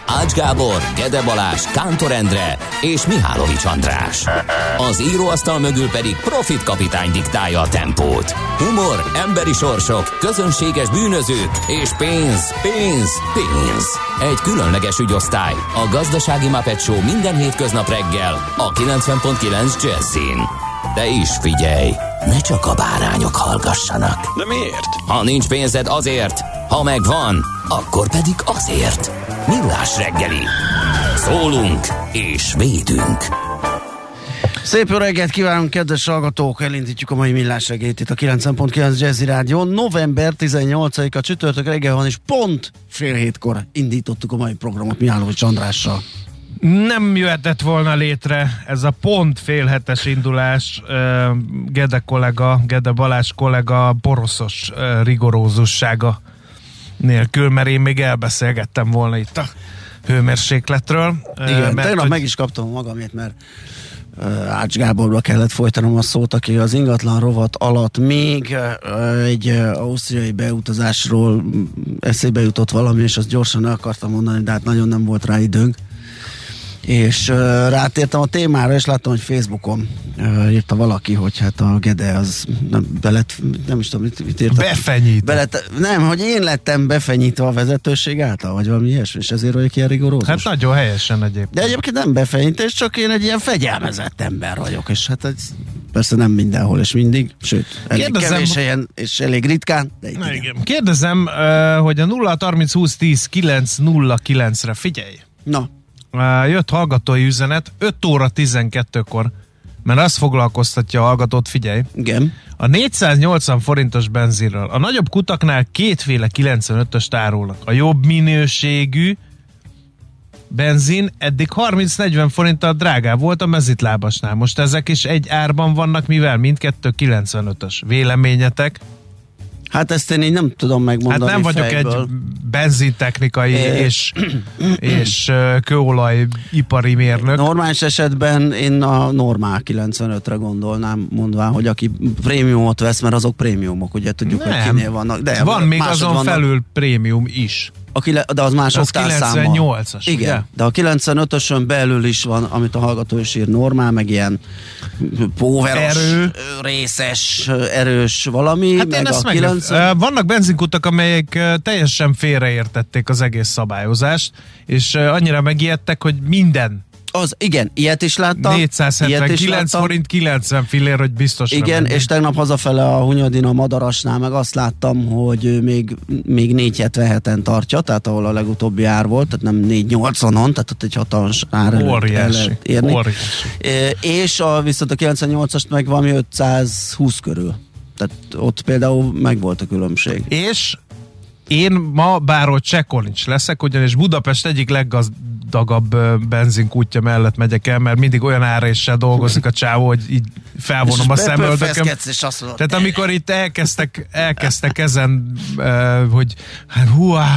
Ács Gábor, Gede Balázs, Kántor Endre és Mihálovics András. Az íróasztal mögül pedig Profit kapitány diktálja a tempót. Humor, emberi sorsok, közönséges bűnözők és pénz. Egy különleges ügyosztály, a Gazdasági Muppet Show minden hétköznap reggel a 90.9 Jazzin. De is figyelj, ne csak a bárányok hallgassanak. De miért? Ha nincs pénzed, azért, ha megvan, akkor pedig azért. Millás reggeli. Szólunk és védünk. Szép jó reggelt kívánunk, kedves hallgatók! Elindítjuk a mai Millás reggelit itt a 90.9 Jazzy Rádió. November 18-a csütörtök reggel van, és pont fél hétkor indítottuk a mai programot Mihálovics Andrással. Nem jöhetett volna létre ez a pont félhetes indulás Gede Balázs kollega boroszos rigorózussága nélkül, mert én még elbeszélgettem volna itt a hőmérsékletről. Igen, tegnap meg is kaptam magamét, mert Ács Gáborra kellett folytanom a szót, aki az ingatlan rovat alatt még egy ausztriai beutazásról eszébe jutott valami, és azt gyorsan el akartam mondani, de hát nagyon nem volt rá időnk. És rátértem a témára, és láttam, hogy Facebookon írta valaki, hogy hát a Gede az nem is tudom, mit írta. Befenyítve. Nem, hogy én lettem befenyítve a vezetőség által, vagy valami ilyesmi, és ezért vagyok ilyen rigorózus. Hát nagyon helyesen egyébként. De egyébként nem befenyítés, csak én egy ilyen fegyelmezett ember vagyok, és hát ez persze nem mindenhol és mindig, sőt, elég kevés helyen, és elég ritkán, de itt igen. Kérdezem, hogy a 0-30-20-10-9-09-re figyelj. Na. Jött hallgatói üzenet 5 óra 12-kor, mert azt foglalkoztatja a hallgatót, figyelj. Igen. A 480 forintos benzinről a nagyobb kutaknál kétféle 95-öst árulnak. A jobb minőségű benzin eddig 30-40 forinttal drágább volt a mezitlábasnál. Most ezek is egy árban vannak, mivel mindkettő 95-ös. Véleményetek? Hát ezt én így nem tudom megmondani. Hát nem vagyok fejből. egy benzintechnikai és kőolajipari mérnök. Normális esetben én a normál 95-re gondolnám, mondván, hogy aki prémiumot vesz, mert azok prémiumok, ugye tudjuk, hogy kinél vannak. De van még azon vannak, felül prémium is. De az más oktávszámmal. 98-as, igen, ugye? De a 95-ösön belül is van, amit a hallgató is ír, normál, meg ilyen póveros, részes, erős valami. Hát meg a 90... Vannak benzinkutak, amelyek teljesen félreértették az egész szabályozást, és annyira megijedtek, hogy minden. Az, igen, ilyet is láttam. 479 forint 90 fillér, hogy biztos. Igen, és tegnap hazafele a Hunyadin a Madarasnál meg azt láttam, hogy még 477-en tartja, tehát ahol a legutóbbi ár volt, tehát nem 480-on, tehát ott egy hatalmas ár el lehet érni. És viszont a 98-ast meg valami 520 körül. Tehát ott például meg volt a különbség. És én ma bárhogy Csekolics leszek, ugyanis Budapest egyik leggazdagabb benzinkútja mellett megyek el, mert mindig olyan áréssel dolgozik a csávó, hogy így felvonom a szemöldököm. Tehát amikor itt elkezdtek ezen, hogy hát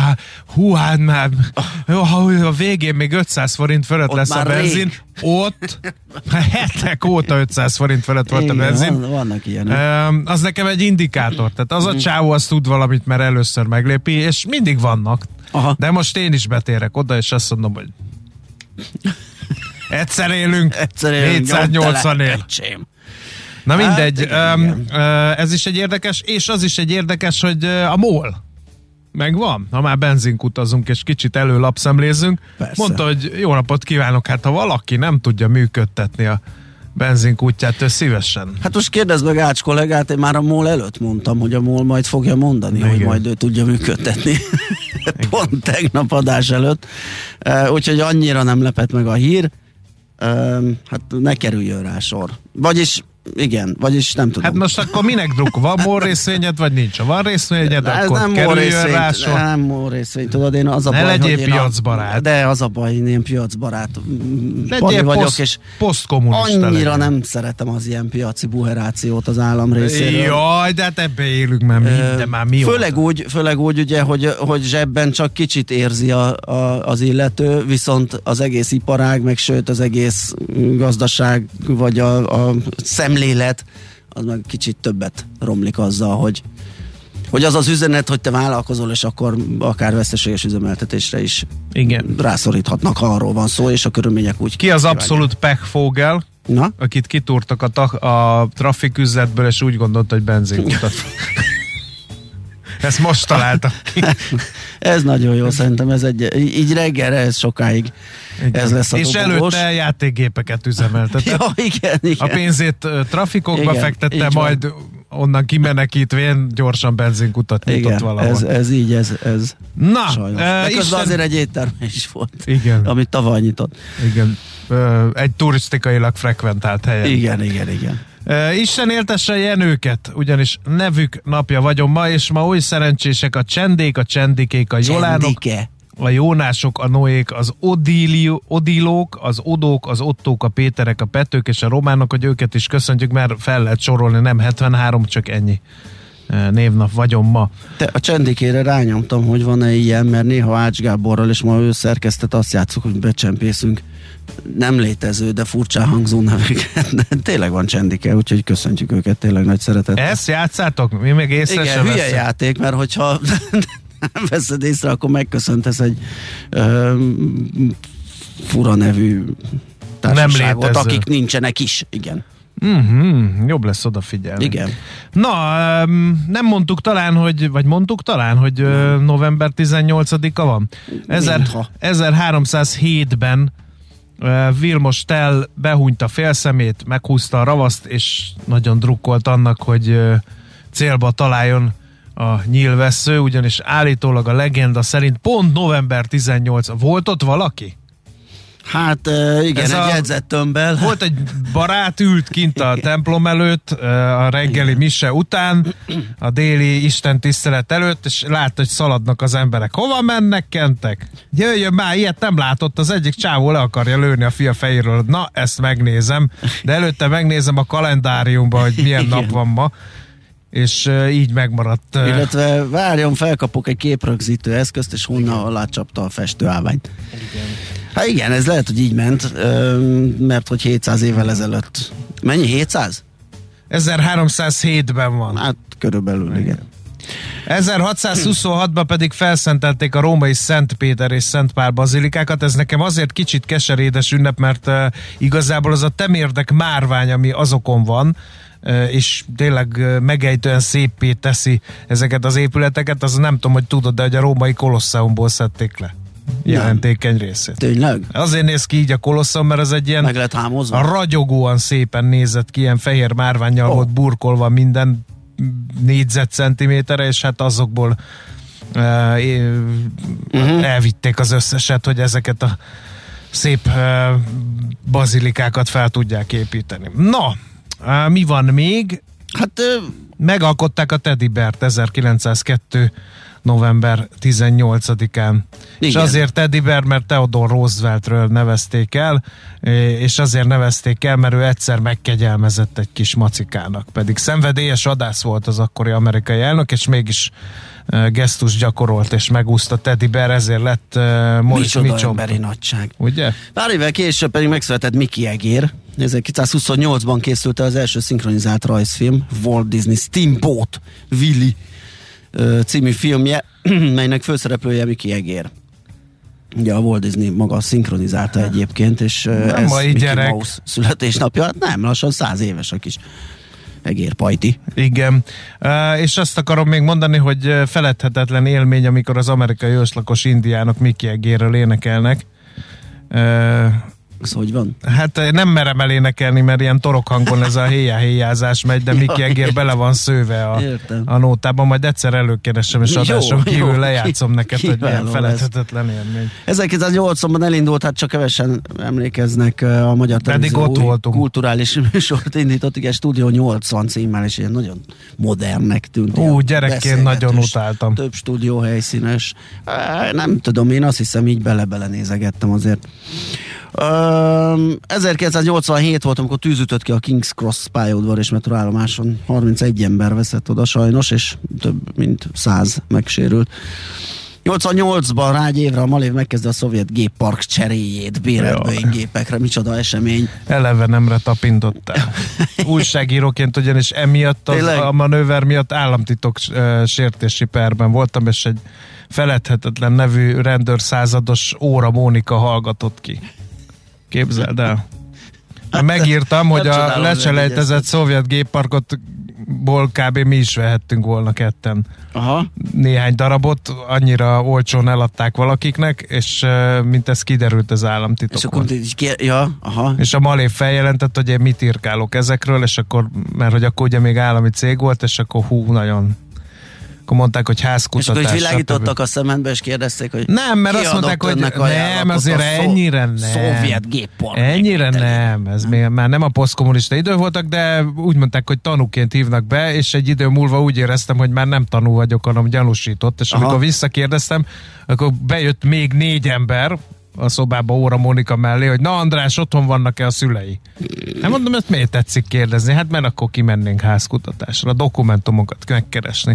már a végén még 500 forint fölött ott lesz a benzin, rég. Ott hetek óta 500 forint fölött volt a benzin. Vannak ilyenek. Az nekem egy indikátor. Tehát az a csávó az tud valamit, mert először meglépi, és mindig vannak. Aha. De most én is betérek oda, és azt mondom, hogy egyszer élünk 480 él. Na mindegy, ez is egy érdekes, és az is egy érdekes, hogy a MOL megvan, ha már benzinkutazunk és kicsit előlapszemlézzünk. Persze. Mondta, hogy jó napot kívánok, hát ha valaki nem tudja működtetni a benzinkútját, ő szívesen. Hát most kérdezd meg Ács kollégát, én már a MOL előtt mondtam, hogy a MOL majd fogja mondani, igen, hogy majd ő tudja működtetni. Pont tegnap adás előtt. Úgyhogy annyira nem lepett meg a hír. Hát ne kerüljön rá sor. Vagyis nem tudom. Hát most akkor minek van MOL részvényed, vagy nincs? Ha van részvényed, akkor nem kerüljön rá sor. Nem MOL részvény, tudod, én az a baj, legyél piacbarát. De az a baj, én ilyen piacbarát legyél vagyok, és posztkommunista annyira nem szeretem az ilyen piaci buherációt az állam részéről. Jaj, de hát ebbe élünk már minden, már mi főleg úgy ugye, hogy zsebben csak kicsit érzi az illető, viszont az egész iparág, meg sőt az egész gazdaság, vagy a szemlélet, az meg kicsit többet romlik azzal, Hogy az az üzenet, hogy te vállalkozol, és akkor akár veszteséges üzemeltetésre is igen. rászoríthatnak, ha arról van szó, és a körülmények úgy Ki az abszolút pechvogel, akit kitúrtak a trafiküzletből, és úgy gondolta, hogy benzinkutat. Ezt most találtam ki. Ez nagyon jó, szerintem ez így reggelre, ez sokáig igen. Ez lesz a és dobogós. Előtte játékgépeket üzemeltetett. Ja, igen. A pénzét trafikokba igen, fektette, majd onnan kimenekítvén gyorsan benzinkutat nyitott valahol. Ez így, ez na, de közben azért egy étterme is volt, igen. amit tavaly nyitott. Igen, egy turisztikailag frekventált helyen. Igen. Isten éltesse Jenőket, ugyanis nevük napja vagyon ma, és ma oly szerencsések a Csendék, a Csendikék, a Jolánok, a Jónások, a Noék, az Odilók, az Odók, az Ottók, a Péterek, a Petők és a Románok, hogy őket is köszöntjük, mert fel lehet sorolni, nem 73, csak ennyi névnap vagyon ma. A Csendikére rányomtam, hogy van-e ilyen, mert néha Ács Gáborral, és ma ő szerkesztett, azt játszuk, hogy becsempészünk nem létező, de furcsán hangzó neveket. De tényleg van Csendike, úgyhogy köszöntjük őket tényleg nagy szeretettel. Ezt játszátok? Mi meg észre igen, hülye játék, mert hogyha nem veszed észre, akkor megköszöntesz egy fura nevű társaságot, akik nincsenek is. Igen. Jobb lesz odafigyelni. Igen. Na, nem mondtuk talán, hogy november 18-a van? 1307-ben Vilmos Tell behúnyta félszemét, meghúzta a ravaszt, és nagyon drukkolt annak, hogy célba találjon a nyílvessző, ugyanis állítólag a legenda szerint pont november 18. Volt ott valaki? Hát igen, egy jegyzettömbbel. Volt egy barát, ült kint a templom előtt a reggeli mise után, a déli istentisztelet előtt, és látta, hogy szaladnak az emberek. Hova mennek, kentek? Jöjjön már, ilyet nem látott, az egyik csávó le akarja lőni a fia fejéről. Na, ezt megnézem, de előtte megnézem a kalendáriumban, hogy milyen nap van ma, és így megmaradt. Illetve várjon, felkapok egy képrögzítő eszközt, és honnan alácsapta a festőállványt. Igen. Hát igen, ez lehet, hogy így ment, mert hogy 700 évvel ezelőtt. Mennyi? 700? 1307-ben van. Hát körülbelül, igen. 1626-ban pedig felszentelték a római Szent Péter és Szent Pál bazilikákat. Ez nekem azért kicsit keserédes ünnep, mert igazából az a temérdek márvány, ami azokon van, és tényleg megejtően széppé teszi ezeket az épületeket, az nem tudom, hogy tudod, de hogy a római Kolosseumból szedték le jelentékeny részét. Tényleg? Azért néz ki így a Kolosseum, mert ez egy ilyen meg lehet hámozva? A ragyogóan szépen nézett ki, ilyen fehér márvánnyal volt burkolva minden négyzetcentiméterre, és hát azokból elvitték az összeset, hogy ezeket a szép bazilikákat fel tudják építeni. Na, mi van még? Hát megalkották a Teddy Beart 1902 november 18-án. Igen. És azért Teddy Bear, mert Theodore Rooseveltről nevezték el, és azért nevezték el, mert ő egyszer megkegyelmezett egy kis macikának. Pedig szenvedélyes vadász volt az akkori amerikai elnök, és mégis gesztus gyakorolt, és megúszta Teddy Bear, ezért lett micsoda emberi nagyság. Ugye? Pár évvel később pedig megszületett Mickey Egér. 1928-ban készült az első szinkronizált rajzfilm, Walt Disney Steamboat Willie című filmje, melynek főszereplője Mickey Egér. Ugye a Walt Disney maga szinkronizálta egyébként, és ez Mickey gyerek. Mouse születésnapja. Hát nem, lassan 100 éves a kis Egér pajti. Igen. És azt akarom még mondani, hogy feledhetetlen élmény, amikor az amerikai őslakos indiánok Mickey Egérről énekelnek. Ez hogy van? Hát nem merem elénekelni, mert ilyen torokhangon ez a héjázás megy, de Mickey Egér bele van szőve a nótában, majd egyszer előkeresem, és adáson kívül lejátszom neked, hogy ilyen feledhetetlen élmény. 1980-ban elindult, hát csak kevesen emlékeznek, a Magyar Televízió kulturális műsort indított, igen, Stúdió 80 címmel, és ilyen nagyon modernnek tűnt. Gyerekként nagyon utáltam. Több stúdió helyszínes. Nem tudom, én azt hiszem, így bele nézegettem azért. 1987 volt, amikor tűzütött ki a King's Cross pályaudvar és metroállomáson. 31 ember veszett oda sajnos, és több mint 100 megsérült. 88-ban rá egy évre a Malév megkezdi a szovjet géppark cseréjét Boeing gépekre. Micsoda esemény. Elevenemre tapintottál. Újságíróként ugyanis emiatt a manőver miatt államtitok sértési perben voltam, és egy feledhetetlen nevű rendőrszázados Óra Mónika hallgatott ki. Képzeld el. Megírtam, hogy a lecselejtezett szovjet gépparkotból kb. Mi is vehettünk volna ketten. Aha. Néhány darabot, annyira olcsón eladták valakiknek, és mint ez kiderült az államtitokon. És a Malév feljelentett, hogy én mit írkálok ezekről, és akkor, mert hogy akkor ugye még állami cég volt, és akkor nagyon... Akkor mondták, hogy házkutatás. És akkor így világítottak a szemedbe, és kérdezték, hogy nem, mert azt mondták, hogy nem, azért ennyire nem. Szovjet géppark. Ennyire nem. Ez még már nem a posztkommunista idő voltak, de úgy mondták, hogy tanúként hívnak be, és egy idő múlva úgy éreztem, hogy már nem tanú vagyok, hanem gyanúsított, és amikor visszakérdeztem, akkor bejött még 4 ember a szobába Óra Mónika mellé, hogy na András, otthon vannak-e a szülei? Hát mondom, ezt miért tetszik kérdezni? Hát mert akkor kimennénk házkutatásra, a dokumentumokat megkeresni.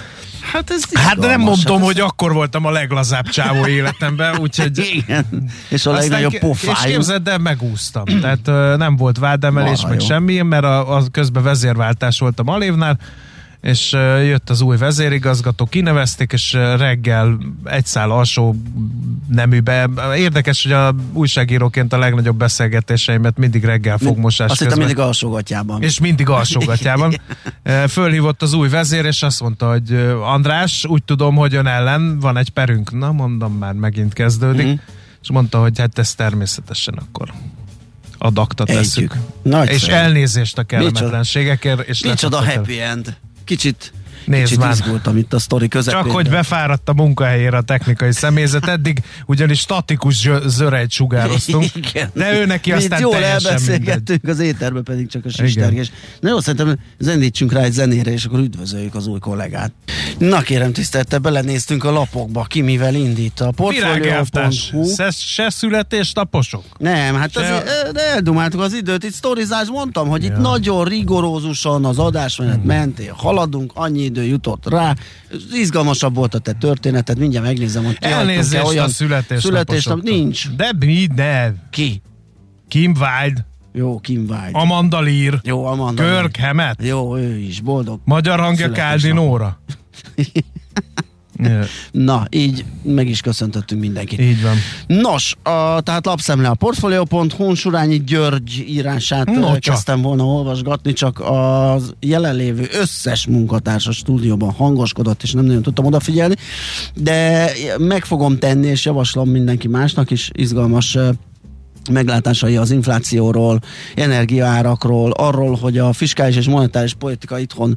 Hát nem mondom, hogy akkor voltam a leglazább csávó életemben, úgyhogy... Igen. És a legnagyobb pofájú. És képzeld, de megúsztam. Tehát nem volt vádemelés, meg semmi, mert a közben vezérváltás volt a Malévnál, és jött az új vezérigazgató, kinevezték, és reggel egy szál alsó neműbe. Érdekes, hogy a újságíróként a legnagyobb beszélgetéseimet mindig reggel fogmosás közben. Azt hittem mindig alsógatjában. És mindig alsógatjában. Fölhívott az új vezér, és azt mondta, hogy András, úgy tudom, hogy ön ellen van egy perünk. Na, mondom, már megint kezdődik. És mondta, hogy hát ez természetesen akkor ad akta tesszük. És elnézést a kellemetlenségekért. És micsoda happy end. Kicsit izgultam itt a sztori közepén. Csak hogy befáradt a munkahelyére a technikai személyzet, eddig ugyanis statikus zörejt sugároztunk, de ő neki aztán jól teljesen elbeszélgettünk, az éterben pedig csak a sistergés. Na jó, szerintem zenítsünk rá egy zenére, és akkor üdvözöljük az új kollégát. Na kérem tisztelte, belenéztünk a lapokba, ki mivel indít a Portfolio.hu. Se születésnaposok? Nem, hát de eldumáltuk az időt, itt sztorizás, mondtam, hogy itt nagyon rigorózusan az adásmenet mentén haladunk, annyi idő jutott rá, izgalmasabb volt a te történeted, mindjárt megnézem, hogy elnézést olyan a születésnap nincs. De mi? Ki? Kim Wilde. Jó, Kim Wilde. Amanda Lear. Jó, Amanda Lear. Kirk Hammett. Jó, ő is, boldog. Magyar hangja Káldi Nóra. Na, így meg is köszöntöttünk mindenkit. Így van. Nos, tehát lapszemle a Portfolio.hu, Surányi György írását kezdtem volna olvasgatni, csak az jelenlévő összes munkatárs a stúdióban hangoskodott, és nem nagyon tudtam odafigyelni, de meg fogom tenni, és javaslom mindenki másnak is izgalmas meglátásai az inflációról, energiaárakról, arról, hogy a fiskális és monetáris politika itthon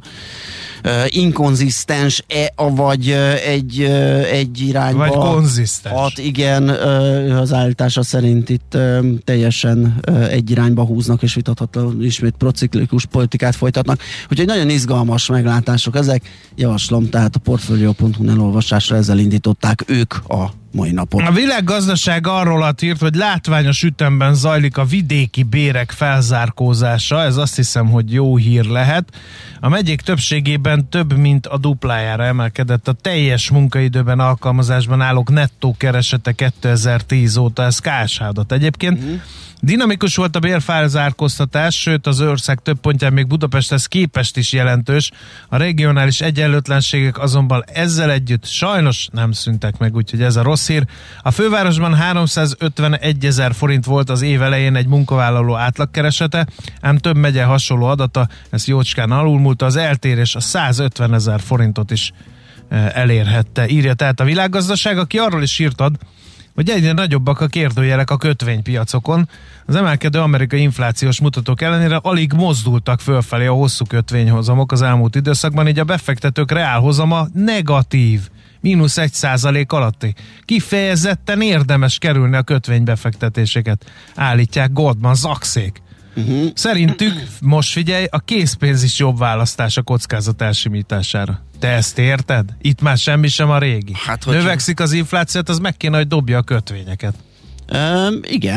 inkonzisztens-e, vagy egy irányba. Vagy konzisztens. Hát igen, az állítása szerint itt teljesen egy irányba húznak, és vitathatatlan ismét prociklikus politikát folytatnak. Úgyhogy nagyon izgalmas meglátások ezek. Javaslom, tehát a Portfolio.hu elolvasásra ezzel indították ők a mai napon. A Világgazdaság arról írt, hogy látványos ütemben zajlik a vidéki bérek felzárkózása, ez azt hiszem, hogy jó hír lehet. A megyék többségében több mint a duplájára emelkedett a teljes munkaidőben alkalmazásban állók nettó keresete 2010 óta, ez KSH-adat egyébként. Dinamikus volt a bérfelzárkóztatás, sőt az ország több pontján még Budapesthez képest is jelentős. A regionális egyenlőtlenségek azonban ezzel együtt sajnos nem szűntek meg, úgyhogy ez a rossz hír. A fővárosban 351 000 forint volt az év elején egy munkavállaló átlagkeresete, ám több megye hasonló adata, ezt jócskán alulmúlta, az eltérés a 150 000 forintot is elérhette. Írja tehát a Világgazdaság, aki arról is írtad, hogy egyre nagyobbak a kérdőjelek a kötvénypiacokon. Az emelkedő amerikai inflációs mutatók ellenére alig mozdultak fölfelé a hosszú kötvényhozamok az elmúlt időszakban, így a befektetők reálhozama negatív, -1% alatti. Kifejezetten érdemes kerülni a kötvénybefektetéseket, állítják Goldman Sachsék. Szerintük, most figyelj, a készpénz is jobb választás a kockázat elsimítására. Te ezt érted? Itt már semmi sem a régi. Hát, növekszik az inflációt, az meg kéne, hogy dobja a kötvényeket. Igen,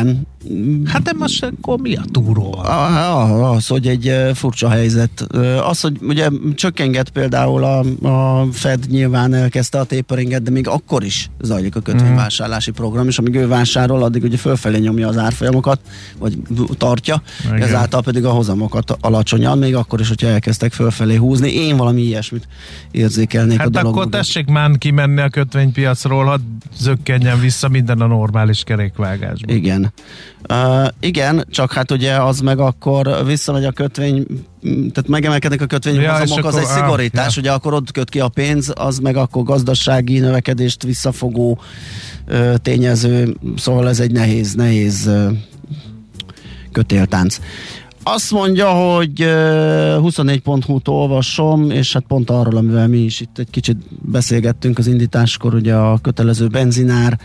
Hát de most akkor mi a túró van? Az, hogy egy furcsa helyzet. Az, hogy ugye csökkenget például a Fed nyilván elkezdte a taperinget, de még akkor is zajlik a kötvényvásárlási program, és amíg ő vásárol, addig ugye fölfelé nyomja az árfolyamokat, vagy tartja, igen. Ezáltal pedig a hozamokat alacsonyan, még akkor is, hogyha elkezdtek fölfelé húzni. Én valami ilyesmit érzékelnék hát a dologban. Hát akkor tessék már kimenni a kötvénypiacról, hadd zökkenjen vissza minden a normális kerékvágásban. Igen. Igen, csak hát ugye az meg akkor visszamegy a kötvény, tehát megemelkednek a kötvényhozamok, az egy szigorítás, ugye akkor ott köt ki a pénz, az meg akkor gazdasági növekedést visszafogó tényező, szóval ez egy nehéz kötéltánc. Azt mondja, hogy 24.hu-t olvasom, és hát pont arról, amivel mi is itt egy kicsit beszélgettünk az indításkor, ugye a kötelező benzinár,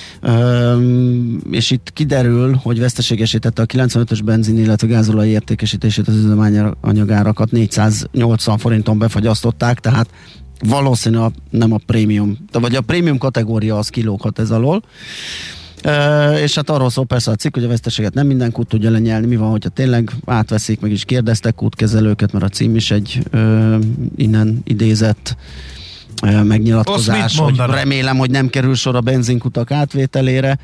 és itt kiderül, hogy veszteségesítette a 95-ös benzin, illetve gázolaj értékesítését, az üzemanyagárakat 480 forinton befagyasztották, tehát valószínűleg nem a prémium, vagy a prémium kategória az kilóghat ez alól. És hát arról szól persze a cikk, hogy a veszteséget nem minden kút tudja lenyelni. Mi van, hogyha tényleg átveszik, meg is kérdeztek kútkezelőket, mert a cím is egy innen idézett megnyilatkozás, hogy remélem, hogy nem kerül sor a benzinkutak átvételére,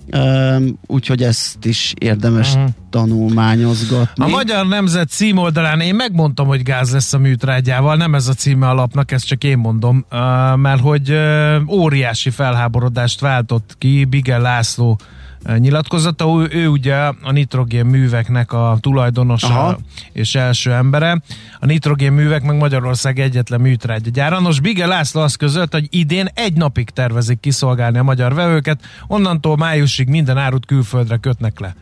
úgyhogy ezt is érdemes tanulmányozgatni. A Magyar Nemzet címoldalán én megmondtam, hogy gáz lesz a műtrágyával, nem ez a címe a lapnak, ezt csak én mondom, mert hogy óriási felháborodást váltott ki Bige László nyilatkozata. Ő ugye a nitrogén műveknek a tulajdonosa és első embere. A nitrogén művek meg Magyarország egyetlen műtrágyagyára. Nos, Bige László azt közölt, hogy idén egy napig tervezik kiszolgálni a magyar vevőket, onnantól májusig minden árut külföldre kötnek le.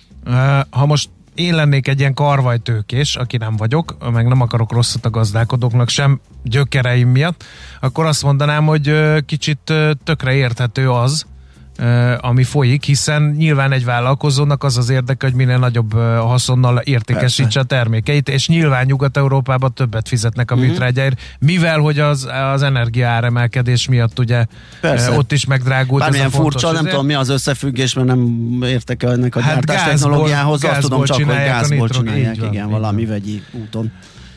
Ha most én lennék egy ilyen karvajtőkés, aki nem vagyok, meg nem akarok rosszat a gazdálkodóknak sem gyökereim miatt, akkor azt mondanám, hogy kicsit tökre érthető az, ami folyik, hiszen nyilván egy vállalkozónak az az érdeke, hogy minél nagyobb haszonnal értékesítse a termékeit, és nyilván Nyugat-Európában többet fizetnek a műtrágyáért, mivel hogy az energiaáremelkedés miatt ugye ott is megdrágult. Bármilyen furcsa, nem tudom mi az összefüggés, mert nem értek ennek a gyártás technológiához, azt tudom csak, hogy gázból csinálják, igen, valami vegyi úton.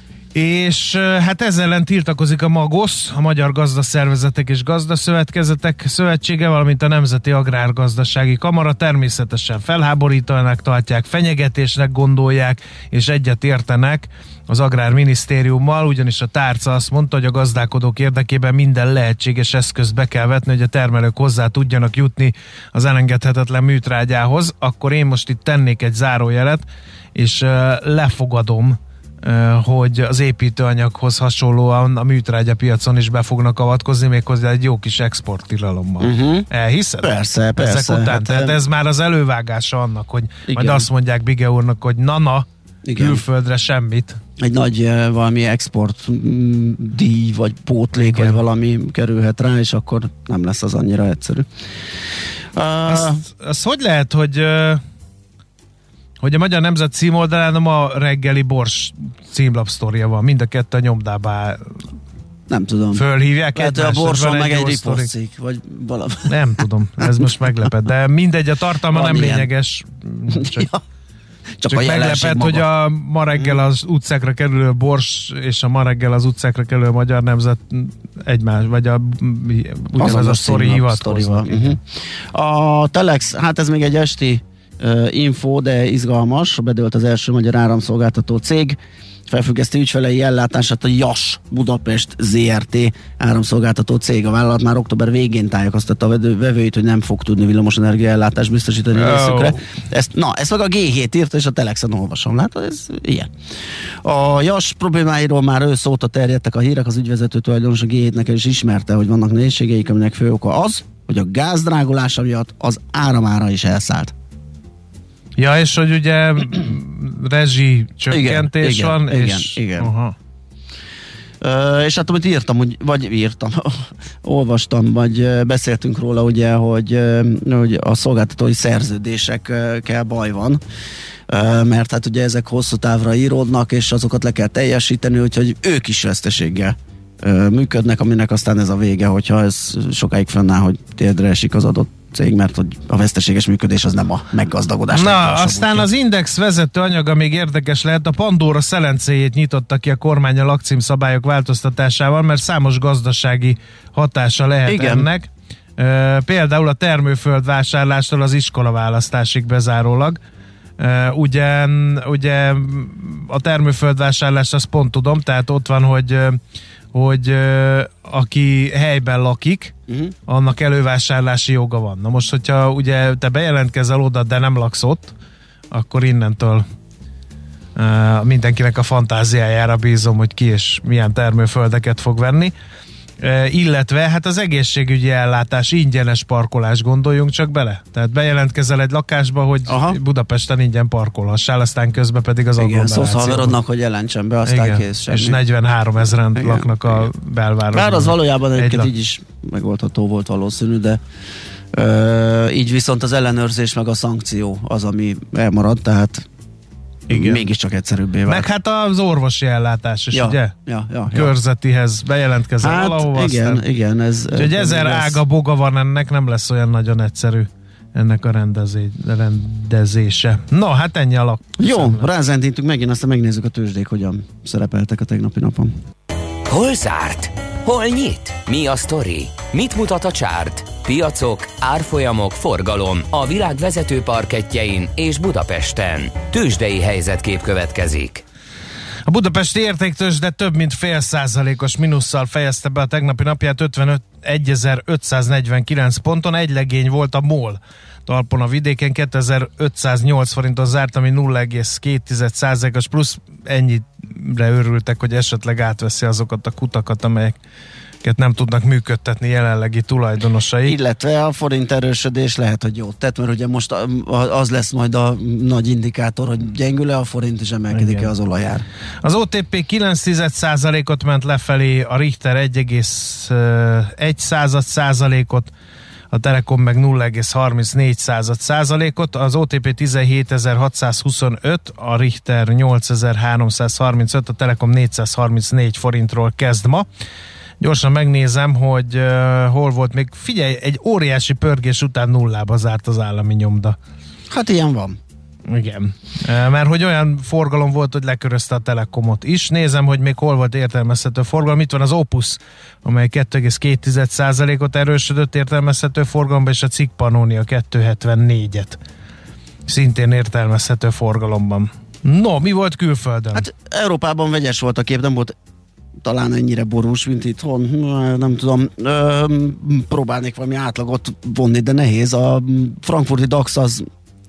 És hát ezzel ellen tiltakozik a MAGOSZ, a Magyar Gazdaszervezetek és Gazdaszövetkezetek Szövetsége, valamint a Nemzeti Agrárgazdasági Kamara. Természetesen felháborítónak tartják, fenyegetésnek gondolják, és egyet értenek az Agrárminisztériummal, ugyanis a tárca azt mondta, hogy a gazdálkodók érdekében minden lehetséges eszközt be kell vetni, hogy a termelők hozzá tudjanak jutni az elengedhetetlen műtrágyához. Akkor én most itt tennék egy zárójelet, és lefogadom, hogy az építőanyaghoz hasonlóan a műtrágyapiacon is be fognak avatkozni, méghozzá egy jó kis exporttilalommal. Elhiszed? Persze. Ezek után, hát, tehát ez már az elővágása annak, hogy igen. Majd azt mondják Bige úrnak, hogy külföldre semmit. Egy nagy valami export díj, vagy pótlék, igen. Vagy valami kerülhet rá, és akkor nem lesz az annyira egyszerű. Az hogy lehet, hogy a Magyar Nemzet címoldalán a Ma reggeli Bors címlapsztória van, mind a kettő a nyomdába nem tudom. Fölhívják egymást. A Borson meg egy riportszik, vagy valami. Nem tudom, ez most meglepett, de mindegy, a tartalma van nem ilyen. Lényeges. Csak meglepett, hogy a Ma reggel az utcákra kerülő Bors és a Ma reggel az utcákra kerülő Magyar Nemzet egymás, vagy ugyanaz a sztori hivatkoznak. A Telex, hát ez még egy esti info, de izgalmas. Bedőlt az első magyar áramszolgáltató cég, felfüggeszti ügyfelei ellátását a JAS Budapest ZRT áramszolgáltató cég. A vállalat már október végén tájékoztatta a vevőit, hogy nem fog tudni villamosenergia ellátást biztosítani részükre. Ezt meg a G7 írta, és a Telexen olvasom. Látod, ez ilyen. A JAS problémáiról már ősz óta terjedtek a hírek, az ügyvezető tulajdonos a G7-nek is ismerte, hogy vannak nehézségeik, aminek fő oka az, hogy a gázdrágulása miatt az áramára is elszállt. Ja, és hogy ugye rezsi csökkentés van, és... Igen. És hát amit olvastam, vagy beszéltünk róla, ugye, hogy a szolgáltatói szerződésekkel baj van, mert hát ugye ezek hosszú távra íródnak, és azokat le kell teljesíteni, úgyhogy ők is veszteséggel működnek, aminek aztán ez a vége, hogyha ez sokáig fennáll, hogy térdre esik az adott cég, mert hogy a veszteséges működés az nem a meggazdagodás. Na, aztán az Index vezető anyaga még érdekes lehet, a Pandora szelencéjét nyitotta ki a kormány a lakcímszabályok változtatásával, mert számos gazdasági hatása lehet ennek. Például a termőföld vásárlástól az iskolaválasztásig bezárólag. Ugye a termőföld vásárlás, azt pont tudom, tehát ott van, hogy aki helyben lakik, annak elővásárlási joga van. Na most, hogyha ugye te bejelentkezel oda, de nem laksz ott, akkor innentől mindenkinek a fantáziájára bízom, hogy ki és milyen termőföldeket fog venni. Illetve hát az egészségügyi ellátás, ingyenes parkolás, gondoljunk csak bele. Tehát bejelentkezel egy lakásba, hogy Budapesten ingyen parkolhassál, aztán közben pedig az agglomeráció. Igen, haverodnak, hogy jelentsen be, aztán igen, kész. Semmi. És 43 000 laknak a belvárosban. Bár az valójában egyébként így is megoldható volt valószínű, de így viszont az ellenőrzés meg a szankció az, ami elmarad, tehát igen. Mégiscsak egyszerűbbé vált. Meg hát az orvosi ellátás is, ugye? Ja. Körzetihez bejelentkezel valahova. Igen. Úgyhogy 1000 ága boga van ennek, nem lesz olyan nagyon egyszerű ennek a rendezése. No, hát ennyi alak. Jó, rázentítünk megint, aztán megnézzük a tőzsdék, hogyan szerepeltek a tegnapi napon. Hol zárt? Hol nyit? Mi a sztori? Mit mutat a csárt? Piacok, árfolyamok, forgalom a világ vezető parkettjein és Budapesten. Tőzsdei helyzetkép következik. A budapesti értéktőzsde több mint 0,5%-os mínusszal fejezte be a tegnapi napját 51.549 ponton, egy legény volt a MOL talpon a vidéken, 2508 forinton zárt, ami 0,2%-os plusz, ennyire örültek, hogy esetleg átveszi azokat a kutakat, amelyeket nem tudnak működtetni jelenlegi tulajdonosai. Illetve a forint erősödés lehet, hogy jót tett, mert ugye most az lesz majd a nagy indikátor, hogy gyengül-e a forint, és emelkedik-e az olajár. Az OTP 9%-ot ment lefelé, a Richter 1,1%-ot, a Telekom meg 0,34%-ot, az OTP 17.625, a Richter 8.335, a Telekom 434 forintról kezd ma. Gyorsan megnézem, hogy hol volt még. Figyelj, egy óriási pörgés után nullába zárt az állami nyomda. Hát ilyen van. Igen. Mert hogy olyan forgalom volt, hogy lekörözte a Telekomot is. Nézem, hogy még hol volt értelmezhető forgalom. Itt van az Opus, amely 2,2%-ot erősödött értelmezhető forgalomba, és a Cikk Pannonia 2,74-et. Szintén értelmezhető forgalomban. No, mi volt külföldön? Hát Európában vegyes volt a kép, nem volt talán ennyire borús, mint itthon. Nem tudom, próbálnék valami átlagot vonni, de nehéz. A frankfurti DAX az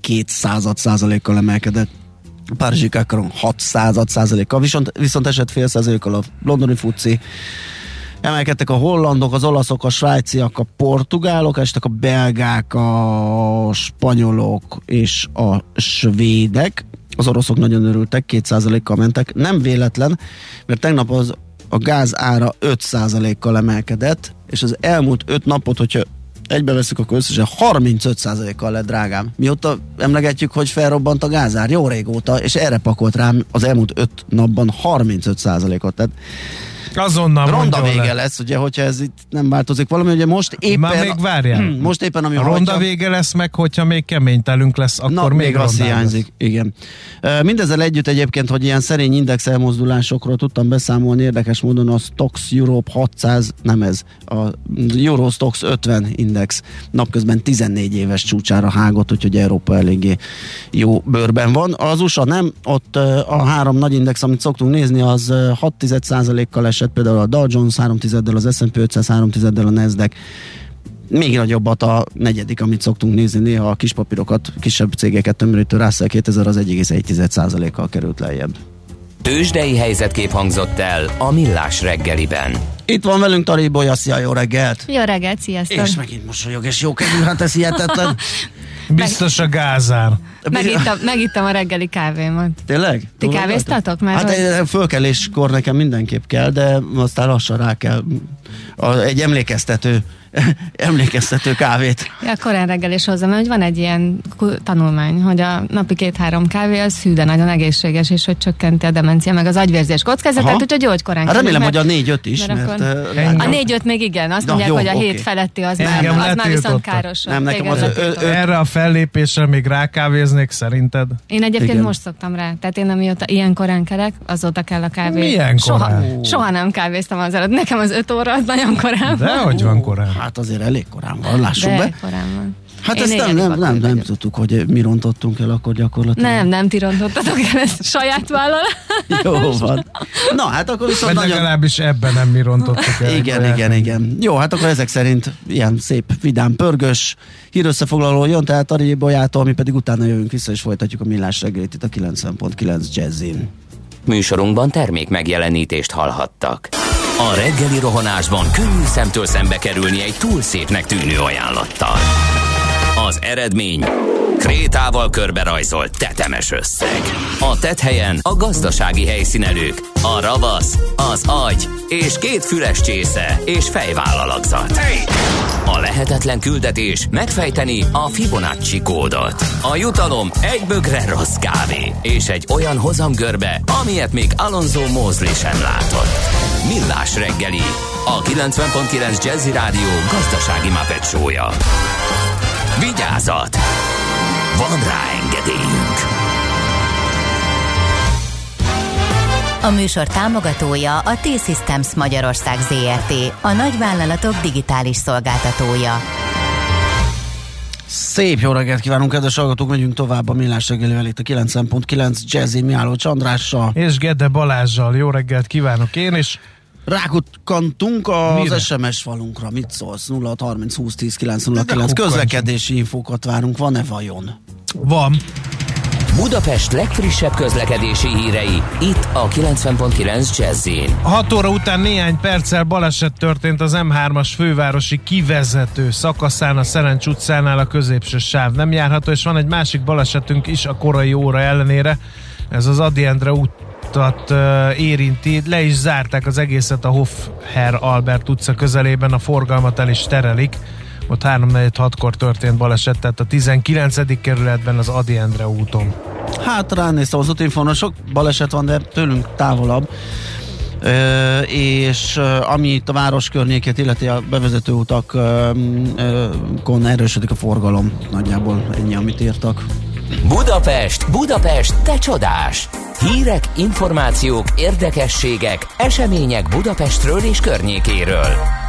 0,02%-kal emelkedett. A párizsi Kakaron 0,06%-kal, viszont esett 0,5%-kal a londoni FTSE. Emelkedtek a hollandok, az olaszok, a svájciak, a portugálok, estek a belgák, a spanyolok és a svédek. Az oroszok nagyon örültek, 2%-kal mentek. Nem véletlen, mert tegnap a gáz ára 5%-kal emelkedett, és az elmúlt 5 napot, hogyha egybeveszünk, akkor összesen 35%-kal lett drágám. Mióta emlegetjük, hogy felrobbant a gázár, jó régóta, és erre pakolt rám az elmúlt 5 napban 35%-ot. Tehát azonnal ronda vége lesz, ugye, hogyha ez itt nem változik valami, ugye most éppen... Már még várjál. Most éppen, ami a ronda vége lesz meg, hogyha még kemény telünk lesz, akkor még az hiányzik. Igen. Mindezzel együtt egyébként, hogy ilyen szerény index elmozdulásokról tudtam beszámolni, érdekes módon a Stoxx Europe 600, nem ez, a Euro Stoxx 50 index napközben 14 éves csúcsára hágott, úgyhogy Európa eléggé jó bőrben van. Az USA nem, ott a 3 nagy index, amit szoktunk nézni, az 6,1%-kal esett, például a Dow Jones 3,1-del, az S&P 500 3,1-del, a Nasdaq. Még nagyobbat a negyedik, amit szoktunk nézni, néha a kis papírokat, kisebb cégeket tömörítő Russell 2000 az 1,1%-kal került lejjebb. Tőzsdei helyzetkép hangzott el a Millás reggeliben. Itt van velünk Tari Bolya, szia, jó reggelt! Jó reggelt, sziasztok! És megint mosolyog, és jó kedvű, hát ez hihetetlen. Biztos a gázár. Megittam a reggeli kávémat. Tényleg? Ti kávéztatok már? Hát fölkeléskor nekem mindenképp kell, de aztán lassan rá kell egy emlékeztető kávét. Ja, korán reggel is hozzá, mert van egy ilyen tanulmány, hogy a napi 2-3 kávé az hű, de nagyon egészséges, és hogy csökkenti a demencia, meg az agyvérzés kockázatát, úgyhogy jó, hogy korán kell. Remélem, hogy a 4-5 is. Mert a 4-5 még igen, azt mondják, hogy a 7 feletti az már viszont káros. Nem, nekem az erre a fellépésre még rákávéznék szerinted? Én egyébként most szoktam rá, tehát én amióta ilyen korán kelek, azóta kell a kávé. Milyen korán? Soha nem kávéztam az előtt. Nekem az 5 óra az nagyon korán. De hogy van korán? Hát azért elég korán van, lássuk be. Korán van. Hát ezt nem tudtuk, hogy mi rontottunk el akkor gyakorlatilag. Nem ti rontottatok el, ez saját vállalás. Jó van. Na, hát akkor viszont nagyon... legalábbis ebben nem mi rontottuk el. Igen. Jó, hát akkor ezek szerint ilyen szép, vidám, pörgös hírösszefoglaló jön, tehát Ari Bolyától, mi pedig utána jövünk vissza, és folytatjuk a Millás reggelit itt a 90.9 Jazzin. Műsorunkban termék megjelenítést hallhattak. A reggeli rohanásban könnyű szemtől szembe kerülni egy túl szépnek tűnő ajánlattal. Az eredmény krétával körberajzolt tetemes összeg. A tetthelyen a gazdasági helyszínelők, a ravasz, az agy és 2 füles csésze és fejvállalakzat. A lehetetlen küldetés megfejteni a Fibonacci kódot. A jutalom egy bögre rossz kávé és egy olyan hozamgörbe, amilyet még Alonso Mosley sem látott. Millás reggeli, a 90.9 Jazzy Rádió gazdasági Muppet show-ja. Vigyázat! Van rá engedélyünk! A műsor támogatója a T-Systems Magyarország Zrt., a nagyvállalatok digitális szolgáltatója. Szép jó reggelt kívánunk, kedves hallgatók, megyünk tovább a Millás reggelivel itt a 90.9 Jazzy Mihálovics Andrással. És Gede Balázsjal. Jó reggelt kívánok én is. Rákutkantunk az SMS falunkra. Mit szólsz? 0630 20 10 909. Közlekedési infókat várunk. Van-e vajon? Van. Budapest legfrissebb közlekedési hírei itt a 90.9 Jazzin. 6 óra után néhány perccel baleset történt az M3-as fővárosi kivezető szakaszán, a Szerencs utcánál a középső sáv nem járható, és van egy másik balesetünk is a korai óra ellenére. Ez az Ady Endre utat érinti, le is zárták az egészet a Hofherr Albert utca közelében, a forgalmat el is terelik. Ott 3-4-6-kor történt baleset, tehát a 19. kerületben az Ady Endre úton. Hát ránéztem az útinfónra, sok baleset van, de tőlünk távolabb. És ami itt a város környékét illeti, a bevezető utakon erősödik a forgalom. Nagyjából ennyi, amit írtak. Budapest, te csodás! Hírek, információk, érdekességek, események Budapestről és környékéről.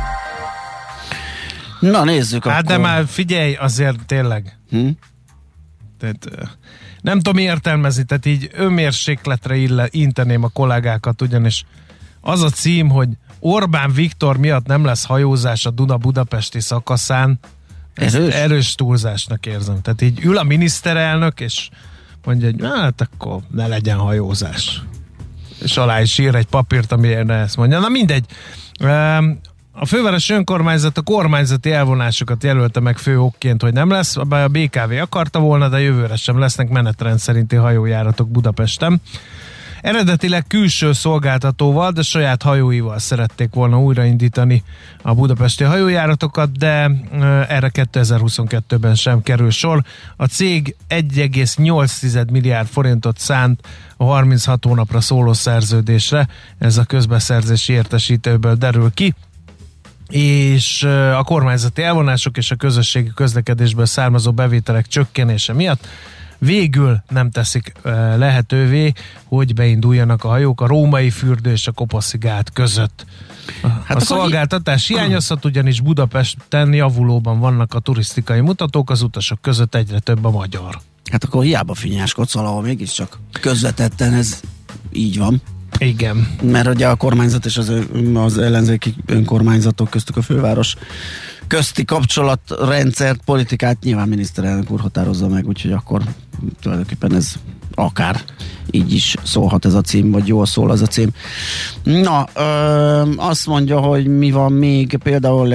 Na nézzük hát akkor. De már figyelj, azért tényleg. Tehát, nem tudom értelmezni, tehát így önmérsékletre inteném a kollégákat, ugyanis az a cím, hogy Orbán Viktor miatt nem lesz hajózás a Duna-budapesti szakaszán, erős túlzásnak érzem. Tehát így ül a miniszterelnök, és mondja, hogy hát akkor ne legyen hajózás. És alá is ír egy papírt, amire ezt mondja. Na mindegy. A fővárosi önkormányzat a kormányzati elvonásokat jelölte meg fő okként, hogy nem lesz. A BKV akarta volna, de jövőre sem lesznek menetrend szerinti hajójáratok Budapesten. Eredetileg külső szolgáltatóval, de saját hajóival szerették volna újraindítani a budapesti hajójáratokat, de erre 2022-ben sem kerül sor. A cég 1,8 milliárd forintot szánt a 36 hónapra szóló szerződésre, ez a közbeszerzési értesítőből derül ki, és a kormányzati elvonások és a közösségi közlekedésből származó bevételek csökkenése miatt végül nem teszik lehetővé, hogy beinduljanak a hajók a Római fürdő és a Kopaszi gát között. Hát a szolgáltatás hiányozhat, ugyanis Budapesten javulóban vannak a turisztikai mutatók, az utasok között egyre több a magyar. Hát akkor hiába finnyáskodsz valahol, mégiscsak közvetetten ez így van. Igen. Mert ugye a kormányzat és az ellenzéki önkormányzatok köztük a főváros közti kapcsolatrendszert, politikát nyilván miniszterelnök úr határozza meg, úgyhogy akkor tulajdonképpen ez akár így is szólhat ez a cím, vagy jól szól az a cím. Na, azt mondja, hogy mi van még, például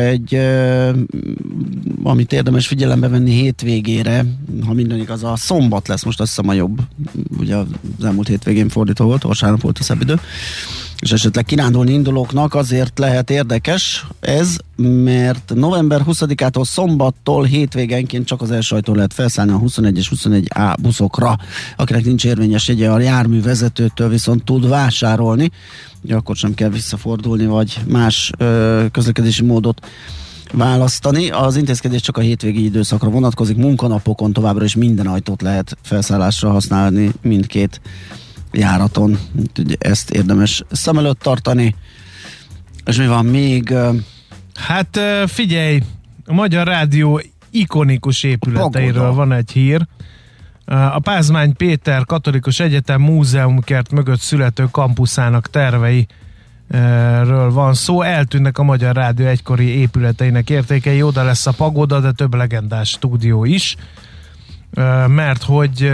amit érdemes figyelembe venni hétvégére, ha minden igaz, a szombat lesz, most azt hiszem a jobb, ugye az elmúlt hétvégén fordítva volt, vasárnap volt a szebb idő. és esetleg kirándulni indulóknak azért lehet érdekes ez, mert november 20-ától szombattól hétvégenként csak az első ajtón lehet felszállni a 21 és 21A buszokra. Akinek nincs érvényes jegye a járművezetőtől, viszont tud vásárolni, ugye akkor sem kell visszafordulni, vagy más közlekedési módot választani. Az intézkedés csak a hétvégi időszakra vonatkozik, munkanapokon továbbra is minden ajtót lehet felszállásra használni mindkét járaton. Ezt érdemes szem előtt tartani. És mi van még? Hát figyelj, a Magyar Rádió ikonikus épületeiről van egy hír. A Pázmány Péter Katolikus Egyetem Múzeumkert mögött születő kampuszának terveiről van szó. Eltűnnek a Magyar Rádió egykori épületeinek értékei, oda lesz a pagoda, de több legendás stúdió is, mert hogy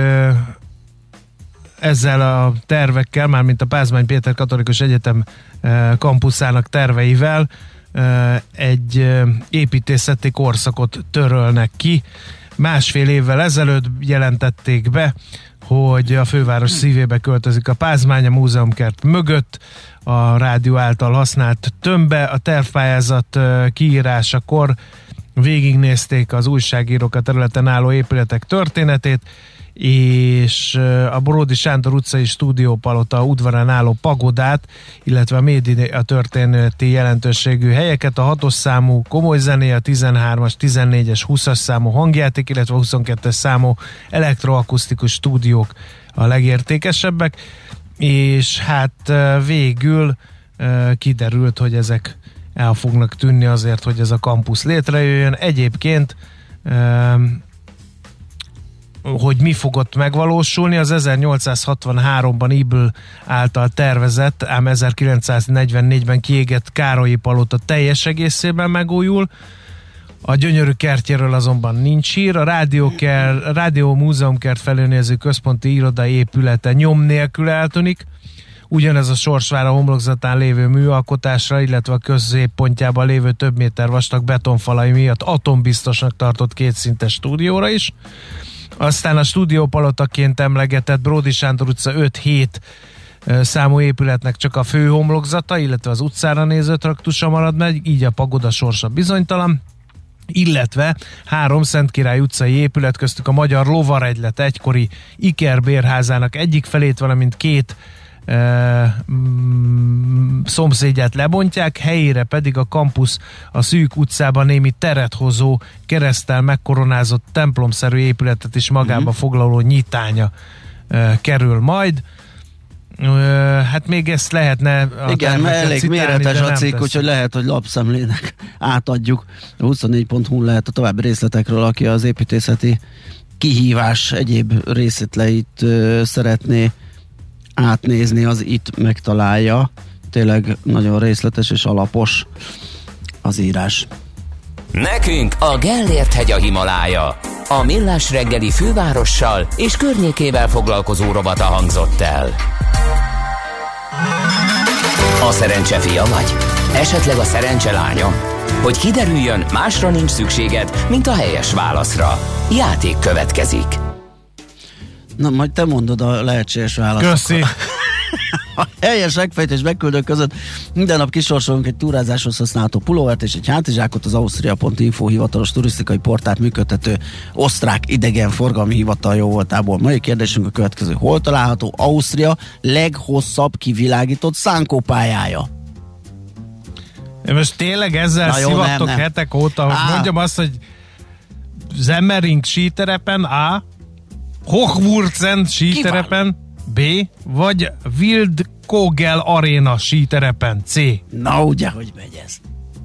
ezzel a tervekkel, mármint a Pázmány Péter Katolikus Egyetem kampuszának terveivel egy építészeti korszakot törölnek ki. Másfél évvel ezelőtt jelentették be, hogy a főváros szívébe költözik a Pázmány, a múzeumkert mögött, a rádió által használt tömbbe. A tervpályázat kiírásakor végignézték az újságírók a területen álló épületek történetét, és a Bródi Sándor utcai stúdiópalota udvarán álló pagodát, illetve a média történeti jelentőségű helyeket, a 6-os számú komoly zené, a 13-as, 14-es, 20-as számú hangjáték, illetve a 22-es számú elektroakusztikus stúdiók a legértékesebbek, és hát végül kiderült, hogy ezek el fognak tűnni azért, hogy ez a kampusz létrejöjjön. Egyébként hogy mi fogott megvalósulni, az 1863-ban Ibl által tervezett, ám 1944-ben kiégett Károlyi palota teljes egészében megújul. A gyönyörű kertjéről azonban nincs hír. A Rádió Múzeumkert felé néző központi iroda épülete nyom nélkül eltűnik. Ugyanez a sors vár a homlokzatán lévő műalkotásra, illetve a középpontjában lévő több méter vastag betonfalai miatt atombiztosnak tartott kétszintes stúdióra is. Aztán a stúdiópalotaként emlegetett Bródi Sándor utca 5-7 számú épületnek csak a fő homlokzata, illetve az utcára néző traktusa marad meg, így a pagoda sorsa bizonytalan, illetve 3 Szentkirály utcai épület, köztük a Magyar Lovaregylet egykori ikerbérházának egyik felét, valamint 2 szomszédját lebontják, helyére pedig a kampusz a szűk utcában némi teret hozó, kereszttel megkoronázott templomszerű épületet is magába foglaló nyitánya kerül majd. Hát még ezt lehetne... Igen, mert elég méretes a cikk, úgyhogy lehet, hogy lapszemlének átadjuk. A 24.hu lehet a további részletekről, aki az építészeti kihívás egyéb részletleit szeretné átnézni, az itt megtalálja. Tényleg nagyon részletes és alapos az írás. Nekünk a Gellért-hegy a Himalája. A Millás reggeli fővárossal és környékével foglalkozó rovata hangzott el. A szerencse fia vagy? Esetleg a szerencse lánya? Hogy kiderüljön, másra nincs szükséged, mint a helyes válaszra. Játék következik. Na, majd te mondod a lehetséges válaszokat. Köszi! A helyes megfejtés megküldők között minden nap kisorsolunk egy túrázáshoz használható pulóvert és egy hátizsákot az Austria.info hivatalos turisztikai portált működtető osztrák idegenforgalmi hivatal jóvoltából. Mai kérdésünk a következő. Hol található Ausztria leghosszabb kivilágított szánkópályája? Most tényleg ezzel szivattok hetek óta, hogy mondjam azt, hogy Semmering síterepen A, Hochwurzen síterepen B, vagy Wildkogel Arena síterepen C. Na ugye, hogy megy ez?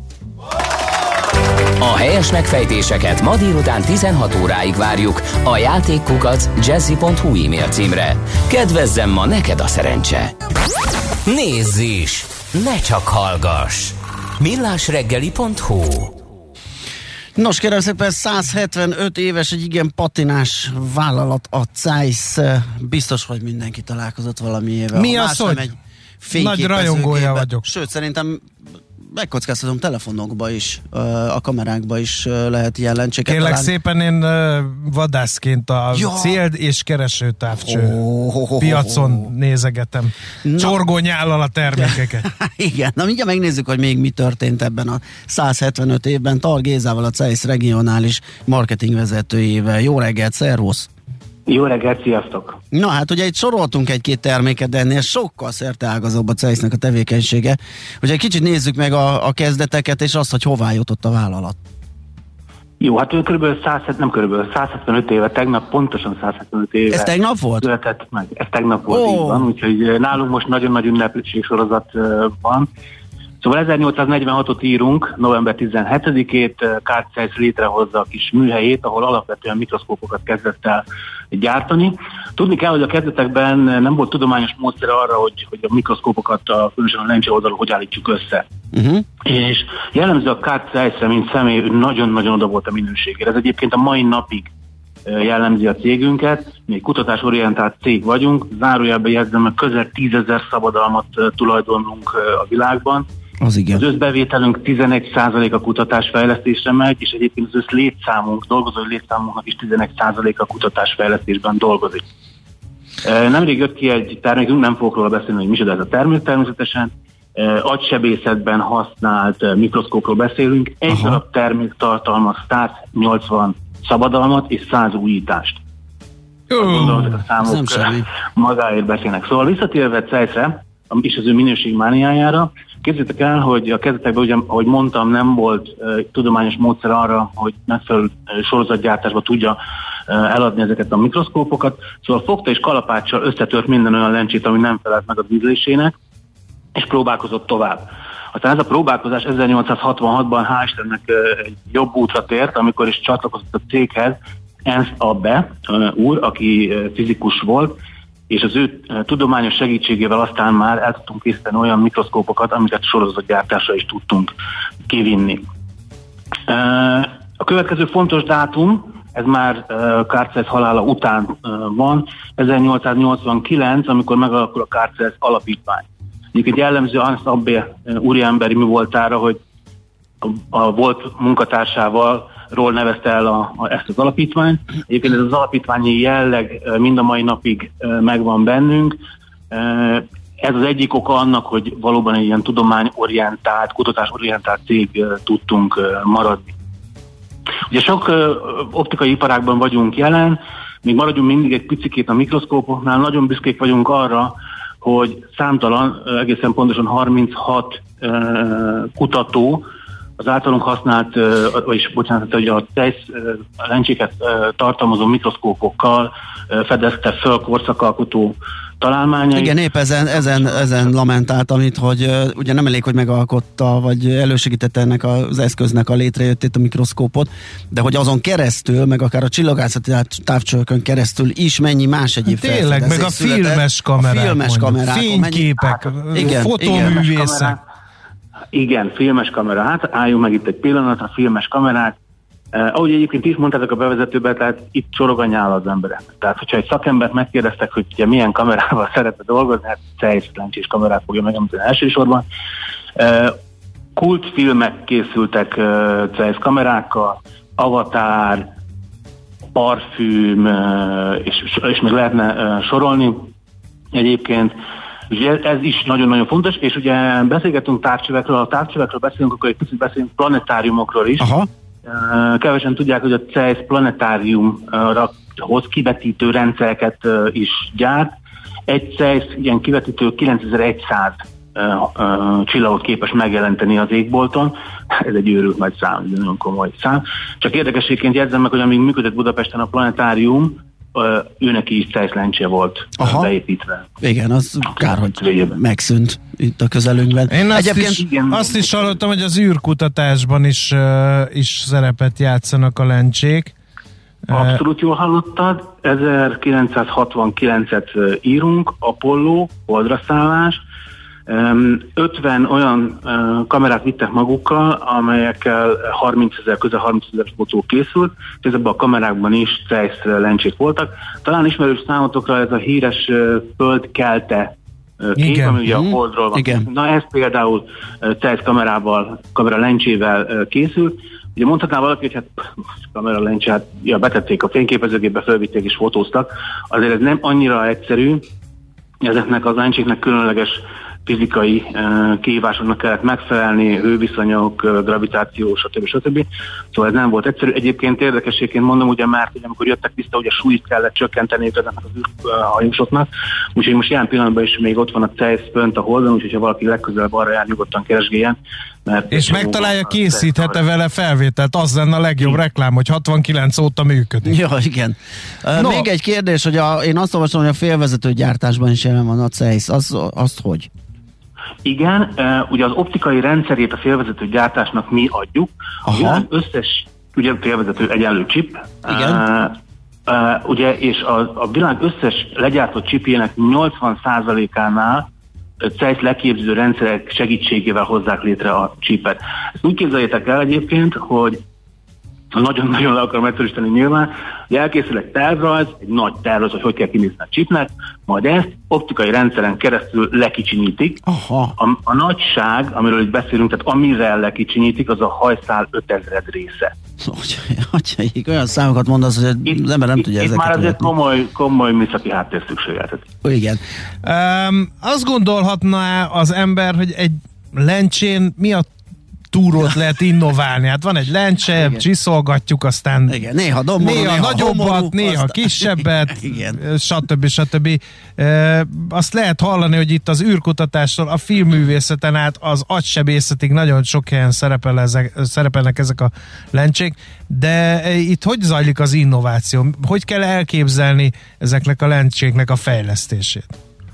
A helyes megfejtéseket ma délután 16 óráig várjuk a játékkukac@jazzy.hu e-mail címre. Kedvezzem ma neked a szerencse! Nézz is! Ne csak hallgass! millásreggeli.hu. Nos, kérem szépen, 175 éves egy igen patinás vállalat, a Zeiss. Biztos, hogy mindenki találkozott valamiével. Mi az, hogy? Nagy rajongója vagyok. Sőt, szerintem megkockáztatom, telefonokba is, a kamerákba is lehet ilyen lencséket. Kérlek szépen, én vadászként a cél- és keresőtávcső piacon nézegetem. Csorgónyállal a termékeket. Igen, na mindjárt megnézzük, hogy még mi történt ebben a 175 évben. Tar Gézával, a CEISZ regionális marketingvezetőjével. Jó reggelt, szervusz! Jó reggelt, sziasztok! Na hát ugye itt soroltunk egy-két terméket, de ennél sokkal szerteágazóbb a CEISZ-nek a tevékenysége. Ugye egy kicsit nézzük meg a kezdeteket, és azt, hogy hová jutott a vállalat. Jó, hát ő körülbelül 175 éve, tegnap pontosan 175 éve. Ez tegnap volt? Született meg. Ez tegnap volt, így van, úgyhogy nálunk most nagyon nagy ünnepségsorozat van. Szóval 1846-ot írunk, november 17-ét, Carl Zeiss létrehozza a kis műhelyét, ahol alapvetően mikroszkópokat kezdett el gyártani. Tudni kell, hogy a kezdetekben nem volt tudományos módszer arra, hogy a mikroszkópokat különösen a lencse oldalon hogy állítsuk össze. És jellemző a Carl Zeissre, mint személy, nagyon-nagyon oda volt a minőségére. Ez egyébként a mai napig jellemzi a cégünket. Mi egy kutatásorientált cég vagyunk, zárójelben jegyzem, hogy közel 10 000 szabadalmat tulajdonlunk a világban. Az igen. Az összbevételünk 11% a kutatásfejlesztésre megy, és egyébként az összlétszámunk, dolgozói létszámunknak is 11% a kutatásfejlesztésben dolgozik. Nemrég jött ki egy termékünk, nem fogok róla beszélni, hogy micsoda ez a termék természetesen. Agysebészetben használt mikroszkópról beszélünk. Egy darab termék tartalmaz 180 szabadalmat és 100 újítást. Gondolom, hogy a számok magáért beszélnek. Szóval visszatérve CEISZ-re, és az ő minőségmániájára, képzeljétek el, hogy a kezdetekben, ugye, ahogy mondtam, nem volt tudományos módszer arra, hogy megfelelő sorozatgyártásba tudja eladni ezeket a mikroszkópokat. Szóval fogta és kalapáccsal összetört minden olyan lencsét, ami nem felelt meg az ízlésének, és próbálkozott tovább. Aztán ez a próbálkozás 1866-ban hál' Istennek egy jobb útra tért, amikor is csatlakozott a céghez Ernst Abbe úr, aki fizikus volt, és az ő tudományos segítségével aztán már el tudtunk készíteni olyan mikroszkópokat, amiket sorozatgyártásra is tudtunk kivinni. A következő fontos dátum, ez már Carl Zeiss halála után van, 1889, amikor megalakul a Carl Zeiss alapítvány. Egyébként jellemző Ernst Abbe úriemberi mi voltára, hogy a volt munkatársával nevezte el ezt az alapítványt. Egyébként ez az alapítványi jelleg mind a mai napig megvan bennünk. Ez az egyik oka annak, hogy valóban egy ilyen tudományorientált, kutatásorientált cég tudtunk maradni. Ugye sok optikai iparágban vagyunk jelen, még maradjunk mindig egy picikét a mikroszkópoknál, nagyon büszkék vagyunk arra, hogy számtalan, egészen pontosan 36 kutató az általunk használt, hogy a CEISZ lencséket tartalmazó mikroszkópokkal fedezte föl korszakalkotó találmányait. Igen, épp ezen lamentáltam itt, hogy ugye nem elég, hogy megalkotta, vagy elősegítette ennek az eszköznek a létrejöttét, a mikroszkópot, de hogy azon keresztül, meg akár a csillagászati távcsövekön keresztül is mennyi más egyéb tényleg, meg a filmes kamerák, fényképek, fotóművészek. Igen, filmes kamera. Hát álljunk meg itt egy pillanatra, filmes kamerák. Ahogy egyébként is mondtátok a bevezetőben, tehát itt csorog a nyál az emberek. Tehát, hogyha egy szakembert megkérdeztek, hogy ugye milyen kamerával szeretne dolgozni, hát CEISZ lencsés kamerát fogja megemlíteni elsősorban. Kultfilmek készültek CEISZ kamerákkal, Avatar, Parfüm, és még lehetne sorolni egyébként. Ugye ez is nagyon-nagyon fontos, és ugye beszélgetünk távcsövekről, ha távcsövekről beszélünk, akkor egy picit beszélünk planetáriumokról is. Aha. Kevesen tudják, hogy a CEISZ planetáriumra hoz kivetítő rendszereket is gyárt. Egy CEISZ ilyen kivetítő 9100 csillagot képes megjelenteni az égbolton. Ez egy őrült nagy szám, egy nagyon komoly szám. Csak érdekességként jegyzem meg, hogy amíg működött Budapesten a planetárium, őneki is CEISZ lencse volt beépítve. Igen, az kár, hogy megszűnt itt a közelünkben. Én azt is hallottam, hogy az űrkutatásban is szerepet játszanak a lencsék. Abszolút jól hallottad. 1969-et írunk, Apollo, holdra szállás. 50 olyan kamerát vittek magukkal, amelyekkel 30 000 fotó készült, és ezekben a kamerákban is CEISZ lencsék voltak. Talán ismerős számotokra ez a híres földkelte kép, igen. ami ugye a Holdról van. Igen. Na ez például Zeiss kamera lencsével készült. Ugye mondhatná valaki, hogy hát kamera lencse, hát ja, betették a fényképezőgépbe, felvitték és fotóztak. Azért ez nem annyira egyszerű, ezeknek az lencséknek különleges fizikai kihívásoknak kellett megfelelni, hőviszonyok, gravitáció, stb. Szóval ez nem volt egyszerű. Egyébként érdekességként mondom, ugye mert amikor jöttek vissza, ugye súlyt kellett csökkenteni ezeknek az űrhajósoknak, úgyhogy most ilyen pillanatban is még ott van a Zeiss fönt a Holdon, úgyhogy ha valaki legközelebb arra jár, nyugodtan keresgéljen. És megtalálja, készíthet-e vele felvételt, az lenne a legjobb reklám, hogy 69 óta működik. Ja, igen. Még egy kérdés, hogy én azt olvasom, hogy a félvezető gyártásban is jelen van a Zeiss, azt hogy? Igen, ugye az optikai rendszerét a félvezető gyártásnak mi adjuk. Aha. Összes, ugye félvezető egyenlő chip. Igen. Ugye, és a világ összes legyártott chipjének 80%-ánál Zeiss leképző rendszerek segítségével hozzák létre a chipet. Ezt úgy képzeljétek el egyébként, hogy nagyon-nagyon le akarom egyszerűsíteni nyilván, hogy elkészül egy tervrajz, egy nagy tervrajz, hogy kell kinézni a chipnek, majd ezt optikai rendszeren keresztül lekicsinyítik. Aha. A nagyság, amiről itt beszélünk, tehát amivel lekicsinyítik, az a hajszál 5000 része. Atyaik, olyan számokat mondasz, hogy az ember nem tudja ezeket. Itt már azért komoly műszaki háttér szükségeltet. Igen. Azt gondolhatná az ember, hogy egy lencsén mi a túrót lehet innoválni. Hát van egy lencse, csiszolgatjuk, aztán igen, néha domború, néha nagyobbat, homorú, néha kisebbet, stb. Azt lehet hallani, hogy itt az űrkutatástól a filmművészeten át az agysebészetig nagyon sok helyen szerepelnek ezek a lencsék, de itt hogy zajlik az innováció? Hogy kell elképzelni ezeknek a lencséknek a fejlesztését?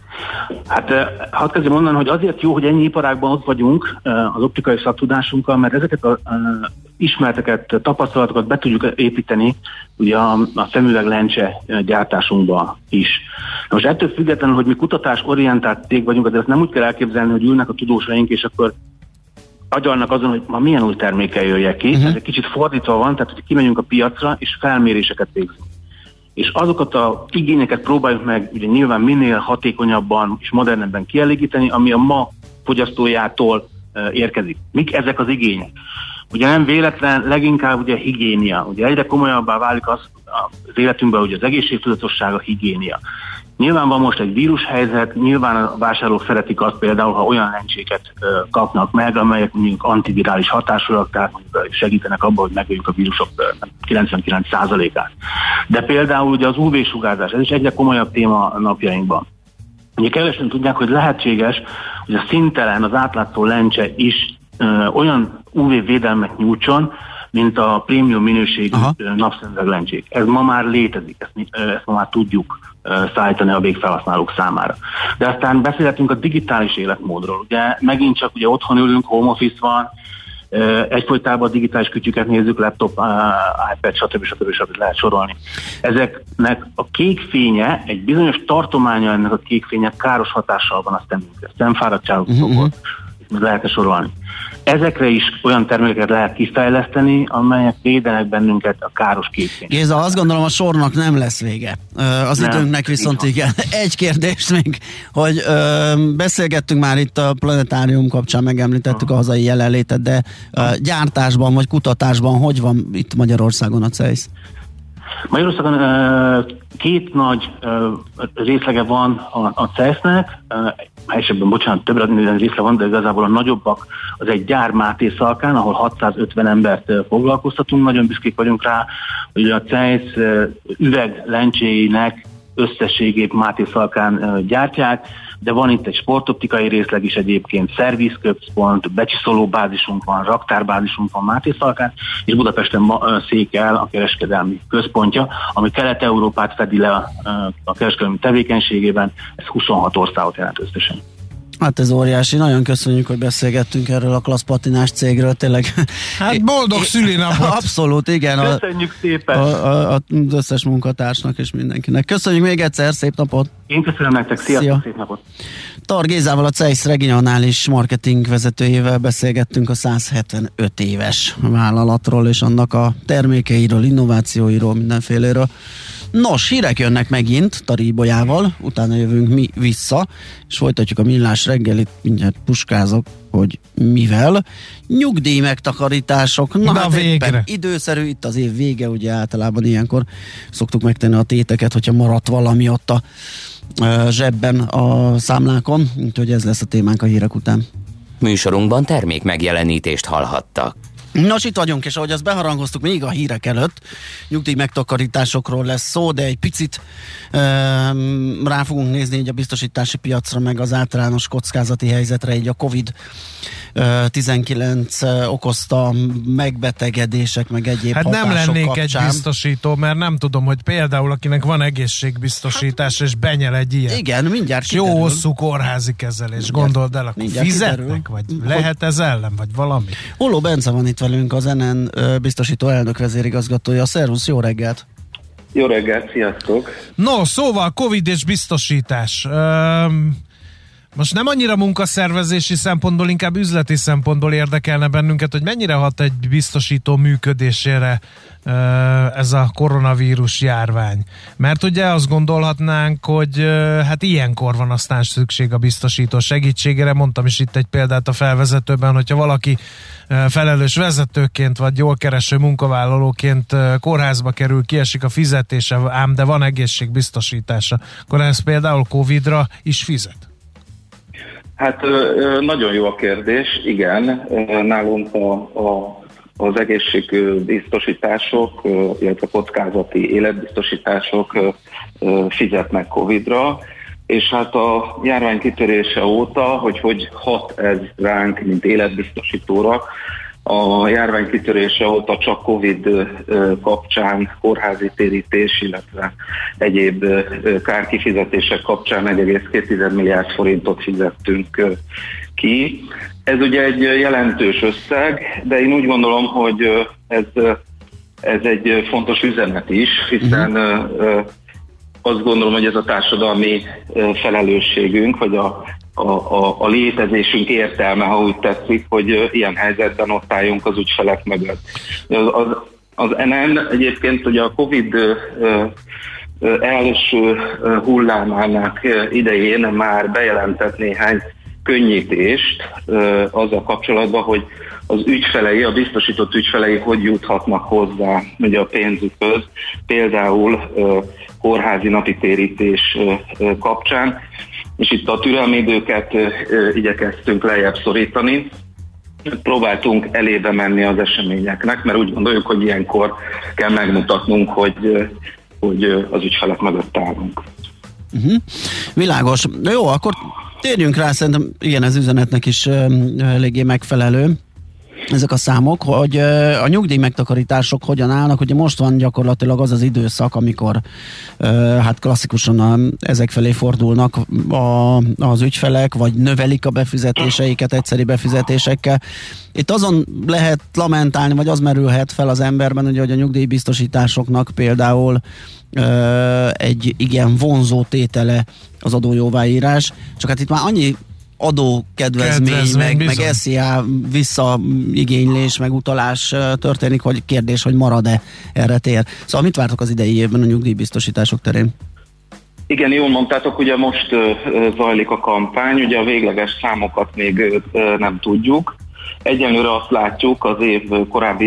Hát hadd kezdjem mondani, hogy azért jó, hogy ennyi iparágban ott vagyunk az optikai szaktudásunkkal, mert ezeket az ismereteket, tapasztalatokat be tudjuk építeni ugye a szemüveg lencse gyártásunkba is. Most ettől függetlenül, hogy mi kutatásorientált cég vagyunk, azért ezt nem úgy kell elképzelni, hogy ülnek a tudósaink, és akkor agyalnak azon, hogy ma milyen új termékkel jöjjek ki. Ez egy kicsit fordítva van, tehát hogy kimegyünk a piacra, és felméréseket végzünk. És azokat a igényeket próbáljuk meg ugye nyilván minél hatékonyabban és modernebben kielégíteni, ami a ma fogyasztójától érkezik. Mik ezek az igények? Ugye nem véletlen, leginkább ugye higiénia. Ugye egyre komolyabbá válik az életünkben, ugye az egészségtudatosság, a higiénia. Nyilván van most egy vírushelyzet, nyilván a vásárlók szeretik azt például, ha olyan lencséket kapnak meg, amelyek mondjuk antivirális hatásúak, tehát mondjuk segítenek abban, hogy megöljük a vírusok 99%-át. De például ugye az UV-sugárzás, ez is egyre komolyabb téma a napjainkban. Ugye kevesen tudják, hogy lehetséges, hogy a színtelen, az átlátszó lencse is olyan UV-védelmet nyújtson, mint a prémium minőségű napszemüveg lencsék. Ez ma már létezik, ezt ma már tudjuk szállítani a végfelhasználók számára. De aztán beszélhetünk a digitális életmódról. Ugye megint csak ugye otthon ülünk, home office van, egyfolytában a digitális kütyüket nézzük, laptop, iPad, stb. Lehet sorolni. Ezeknek a kék fénye, egy bizonyos tartománya ennek a kék fénynek káros hatással van a szemünkre. Szemfáradtságot szokott, és lehet sorolni. Ezekre is olyan termékeket lehet kifejleszteni, amelyek védenek bennünket a káros kékfénytől. Géza, azt gondolom a sornak nem lesz vége. Az időnknek viszont igen. Egy kérdés még, hogy beszélgettünk már itt a planetárium kapcsán, megemlítettük a hazai jelenlétet, de gyártásban vagy kutatásban hogy van itt Magyarországon a Zeiss? Magyarországon két nagy részlege van a Zeiss-nek, helyesebben, bocsánat, több részle van, de igazából a nagyobbak az egy gyár Mátészalkán, ahol 650 embert foglalkoztatunk, nagyon büszkék vagyunk rá, hogy a Zeiss üveglencséinek összességét Mátészalkán gyártják, de van itt egy sportoptikai részleg is egyébként, szervizközpont, becsiszoló bázisunk van, raktárbázisunk van Mátészalkán, és Budapesten székel a kereskedelmi központja, ami Kelet-Európát fedi le a kereskedelmi tevékenységében, ez 26 országot jelent összesen. Hát ez óriási, nagyon köszönjük, hogy beszélgettünk erről a klassz patinás cégről, tényleg. Hát boldog szülinapot! Abszolút, igen. Köszönjük szépen! Az összes munkatársnak és mindenkinek. Köszönjük még egyszer, szép napot! Én köszönöm nektek, sziasztok, szép napot! Tar Gézával, a Zeiss regionális marketing vezetőjével beszélgettünk a 175 éves vállalatról és annak a termékeiről, innovációiról, mindenféléről. Nos, hírek jönnek megint Taríbolyával, utána jövünk mi vissza, és folytatjuk a Millás reggelit, mindjárt puskázok, hogy mivel. Nyugdíj megtakarítások, na hát éppen időszerű, itt az év vége, ugye általában ilyenkor szoktuk megtenni a téteket, hogyha maradt valami ott a zsebben a számlákon, úgyhogy ez lesz a témánk a hírek után. Műsorunkban termék megjelenítést hallhattak. Nos, itt vagyunk, és ahogy azt beharangoztuk még a hírek előtt, nyugdíj megtakarításokról lesz szó, de egy picit rá fogunk nézni így a biztosítási piacra, meg az általános kockázati helyzetre, így a COVID-19 okozta megbetegedések, meg egyéb hatások kapcsán. Hát nem lennék egy biztosító, mert nem tudom, hogy például akinek van egészségbiztosítás, és benyel egy ilyet. Igen, mindjárt kiderül. Jó hosszú kórházi kezelés, gondold el, akkor fizetnek, vagy lehet ez ellen, vagy valami? Holló Bence van itt velünk, az NN biztosító elnök vezérigazgatója. Szervusz, jó reggelt! Jó reggelt, sziasztok! No, szóval Covid és biztosítás. Most nem annyira munkaszervezési szempontból, inkább üzleti szempontból érdekelne bennünket, hogy mennyire hat egy biztosító működésére ez a koronavírus járvány. Mert ugye azt gondolhatnánk, hogy hát ilyenkor van aztán szükség a biztosító segítségére. Mondtam is itt egy példát a felvezetőben, hogyha valaki felelős vezetőként vagy jól kereső munkavállalóként kórházba kerül, kiesik a fizetése, ám de van egészségbiztosítása, akkor ez például Covid-ra is fizet? Hát nagyon jó a kérdés, igen. Nálunk az egészségbiztosítások, illetve kockázati életbiztosítások fizetnek Covid-ra, és hát a járvány kitörése óta, hogy hat ez ránk, mint életbiztosítóra, a járvány kitörése óta csak Covid kapcsán kórházi térítés, illetve egyéb kárkifizetések kapcsán 1,2 milliárd forintot fizettünk ki. Ez ugye egy jelentős összeg, de én úgy gondolom, hogy ez egy fontos üzenet is, hiszen azt gondolom, hogy ez a társadalmi felelősségünk, vagy a létezésünk értelme, ha úgy tetszik, hogy ilyen helyzetben ott álljunk az ügyfelek mögött. Az NN egyébként ugye a Covid első hullámának idején már bejelentett néhány könnyítést azzal kapcsolatban, hogy az ügyfelei, a biztosított ügyfelei hogy juthatnak hozzá ugye a pénzükhöz, például kórházi napi térítés kapcsán, és itt a türelmi időket igyekeztünk lejjebb szorítani. Próbáltunk elébe menni az eseményeknek, mert úgy gondoljuk, hogy ilyenkor kell megmutatnunk, hogy az ügyfelek mögött állunk. Világos. Jó, akkor térjünk rá, szerintem igen, ez üzenetnek is eléggé megfelelő. Ezek a számok, hogy a nyugdíj megtakarítások hogyan állnak, ugye most van gyakorlatilag az az időszak, amikor hát klasszikusan ezek felé fordulnak az ügyfelek, vagy növelik a befizetéseiket egyszeri befizetésekkel. Itt azon lehet lamentálni, vagy az merülhet fel az emberben, hogy a nyugdíjbiztosításoknak például egy igen vonzó tétele az adójóváírás, csak hát itt már annyi adókedvezmény, meg SZIA visszaigénylés, meg utalás történik, hogy kérdés, hogy marad-e erre tér. Szóval mit vártok az idei évben a nyugdíjbiztosítások terén? Igen, jól mondtátok, ugye most zajlik a kampány, ugye a végleges számokat még nem tudjuk. Egyenlőre azt látjuk az év korábbi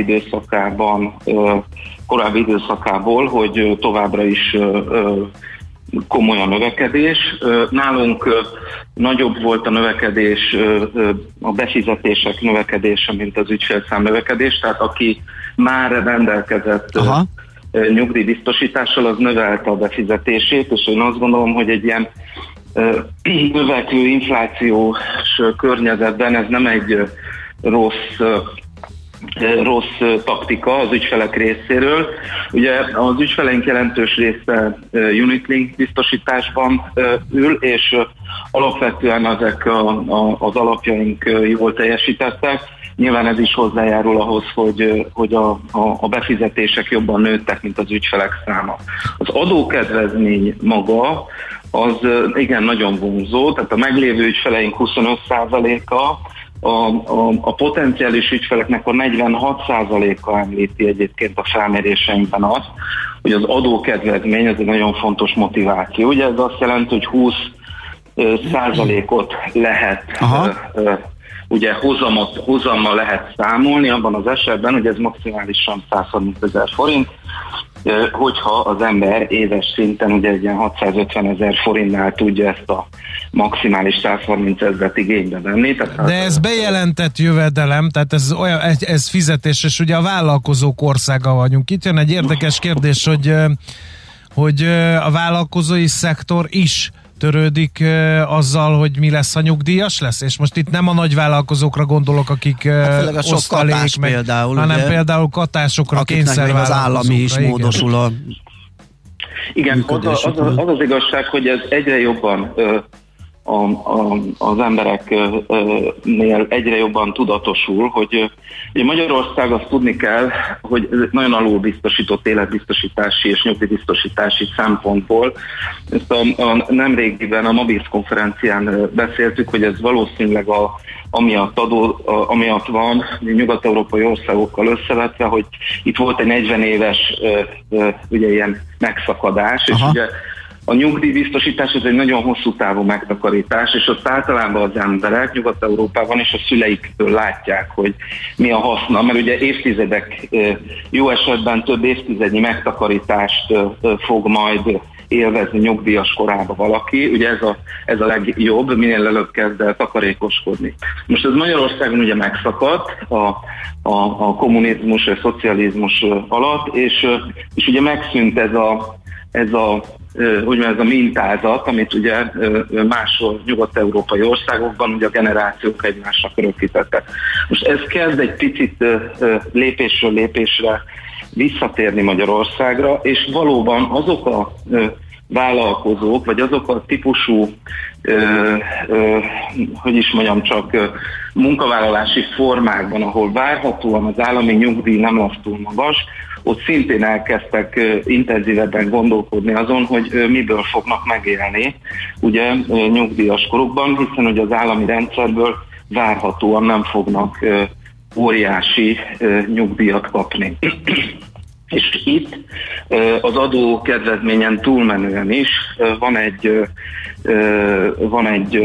időszakából, hogy továbbra is komoly a növekedés. Nálunk nagyobb volt a növekedés, a befizetések növekedése, mint az ügyfélszám növekkedés, tehát aki már rendelkezett nyugdíjbiztosítással, az növelte a befizetését, és én azt gondolom, hogy egy ilyen növekvő inflációs környezetben ez nem egy rossz taktika az ügyfelek részéről. Ugye az ügyfeleink jelentős része unit-link biztosításban ül, és alapvetően ezek az alapjaink jól teljesítettek. Nyilván ez is hozzájárul ahhoz, hogy a befizetések jobban nőttek, mint az ügyfelek száma. Az adókedvezmény maga az igen nagyon vonzó, tehát a meglévő ügyfeleink 25%-a, a potenciális ügyfeleknek a 46%-a említi egyébként a felméréseinkben azt, hogy az adókedvezmény az egy nagyon fontos motiváció. Ugye ez azt jelenti, hogy 20%-ot lehet ugye hozammal lehet számolni abban az esetben, hogy ez maximálisan 130 000 forint, hogyha az ember éves szinten ugye egy ilyen 650 000 forintnál tudja ezt a maximális 130 000-et igénybe venni. De ez bejelentett jövedelem, tehát ez fizetés, és ugye a vállalkozók országa vagyunk. Itt jön egy érdekes kérdés, hogy a vállalkozói szektor is törődik azzal, hogy mi lesz, a nyugdíjas lesz? És most itt nem a nagy vállalkozókra gondolok, akik osztalék, hanem például katásokra, kényszervállalkozókra. Az állami is módosul a igen, az igazság, hogy ez egyre jobban az embereknél egyre jobban tudatosul, hogy Magyarország, azt tudni kell, hogy nagyon alulbiztosított életbiztosítási és nyugdíjbiztosítási szempontból. Ezt nemrégiben a Mobis konferencián beszéltük, hogy ez valószínűleg amiatt van nyugat-európai országokkal összevetve, hogy itt volt egy 40 éves ugye ilyen megszakadás, és ugye a nyugdíjbiztosítás ez egy nagyon hosszú távú megtakarítás, és ott általában az emberek Nyugat-Európában és a szüleiktől látják, hogy mi a haszna, mert ugye évtizedek, jó esetben több évtizednyi megtakarítást fog majd élvezni nyugdíjas korában valaki. Ugye ez a legjobb, minél előbb kezd el takarékoskodni. Most ez Magyarországon ugye megszakadt a kommunizmus, a szocializmus alatt, és ugye megszűnt ez a mintázat, amit ugye máshol nyugat-európai országokban ugye a generációk egymásnak örökítettek. Most ez kezd egy picit lépésről lépésre visszatérni Magyarországra, és valóban azok a vállalkozók, vagy azok a típusú munkavállalási formákban, ahol várhatóan az állami nyugdíj nem lesz túl magas, ott szintén elkezdtek intenzívebben gondolkodni azon, hogy miből fognak megélni ugye nyugdíjas korukban, hiszen ugye az állami rendszerből várhatóan nem fognak óriási nyugdíjat kapni. És itt az adókedvezményen túlmenően is van egy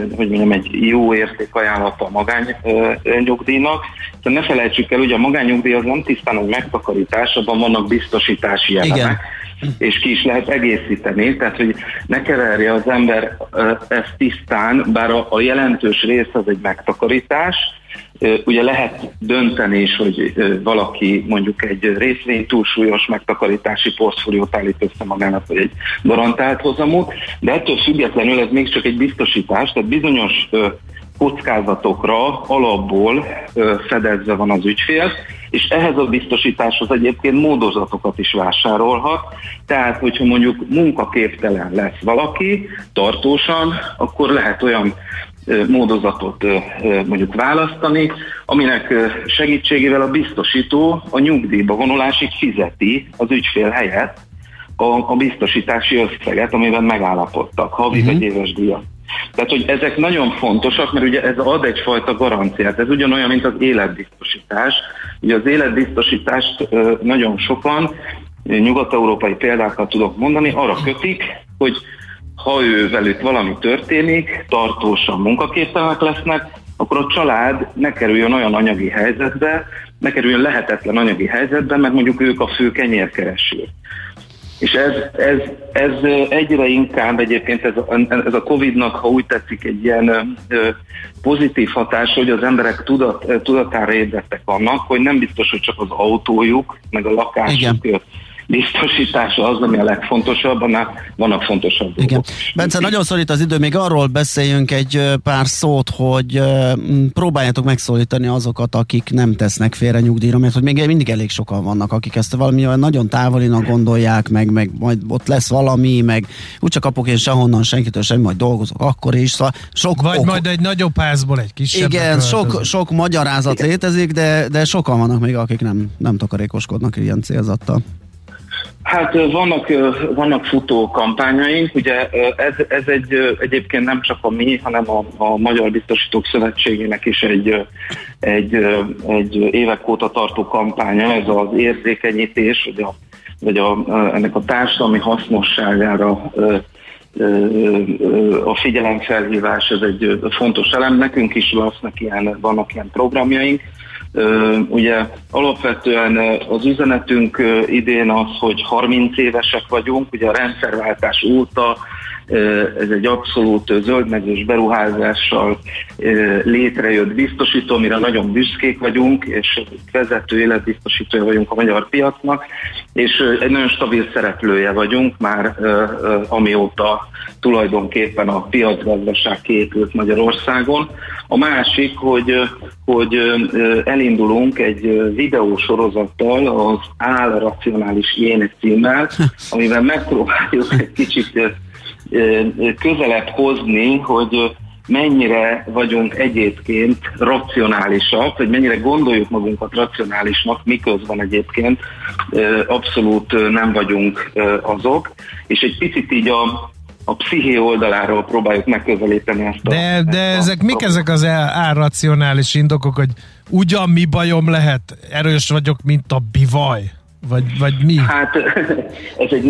jó értékajánlata a magánnyugdíjnak. Ne felejtsük el, hogy a magánnyugdíj az nem tisztán egy megtakarítás, abban vannak biztosítási elemek, és ki is lehet egészíteni, tehát hogy ne keverje az ember ezt tisztán, bár a jelentős rész az egy megtakarítás. Ugye lehet dönteni is, hogy valaki mondjuk egy részvény túlsúlyos megtakarítási portfóliót állít össze magának, vagy egy garantált hozamot, de ettől függetlenül ez még csak egy biztosítás, tehát bizonyos kockázatokra alapból fedezve van az ügyfél, és ehhez a biztosításhoz egyébként módozatokat is vásárolhat, tehát hogyha mondjuk munkaképtelen lesz valaki tartósan, akkor lehet olyan módozatot mondjuk választani, aminek segítségével a biztosító a nyugdíjba vonulásig fizeti az ügyfél helyett a biztosítási összeget, amiben megállapodtak, havi vagy éves díjat. Tehát, hogy ezek nagyon fontosak, mert ugye ez ad egyfajta garanciát. Ez ugyanolyan, mint az életbiztosítás. Ugye az életbiztosítást nagyon sokan, nyugat-európai példákat tudok mondani, arra kötik, hogy ha velük valami történik, tartósan munkaképtelenek lesznek, akkor a család ne kerüljön olyan anyagi helyzetbe, ne kerüljön lehetetlen anyagi helyzetbe, mert mondjuk ők a fő kenyérkereső. És ez egyre inkább egyébként ez a Covid-nak, ha úgy tetszik, egy ilyen pozitív hatás, hogy az emberek tudatára ébredtek annak, hogy nem biztos, hogy csak az autójuk, meg a lakásuk biztosítása az, ami a legfontosabb, annál vannak fontosabb dolgok. Bence, nagyon szorít az idő, még arról beszéljünk egy pár szót, hogy próbáljátok megszólítani azokat, akik nem tesznek félre nyugdíjra, mert hogy még mindig elég sokan vannak, akik ezt valami olyan nagyon távolinak gondolják, meg majd ott lesz valami, meg úgyse kapok én sehonnan senkitől semmi, majd dolgozok akkor is. Szóval majd egy nagyobb házból egy kisebb. Igen, sok magyarázat létezik, de sokan vannak még, akik nem takarékoskodnak ilyen célzattal. Hát vannak futó kampányaink, ugye ez egyébként nem csak a mi, hanem a Magyar Biztosítók Szövetségének is egy évek óta tartó kampánya, ez az érzékenyítés, hogy ennek a társadalmi hasznosságára a figyelemfelhívás, ez egy fontos elem. Nekünk is vannak ilyen programjaink. Ugye alapvetően az üzenetünk idén az, hogy 30 évesek vagyunk, ugye a rendszerváltás óta ez egy abszolút zöldmezős beruházással létrejött biztosító, amire nagyon büszkék vagyunk, és vezető életbiztosítója vagyunk a magyar piacnak, és egy nagyon stabil szereplője vagyunk már amióta tulajdonképpen a piacgazdaság kiépült Magyarországon. A másik, hogy elindulunk egy videósorozattal, az Álracionális Én címmel, amiben megpróbáljuk egy kicsit közelebb hozni, hogy mennyire vagyunk egyébként racionálisak, vagy mennyire gondoljuk magunkat racionálisnak, miközben egyébként abszolút nem vagyunk azok, és egy picit így a psziché oldaláról próbáljuk megközelíteni ezt mik ezek az álracionális indokok, hogy ugyan mi bajom lehet, erős vagyok, mint a bivaj? Vagy mi? Hát ez egy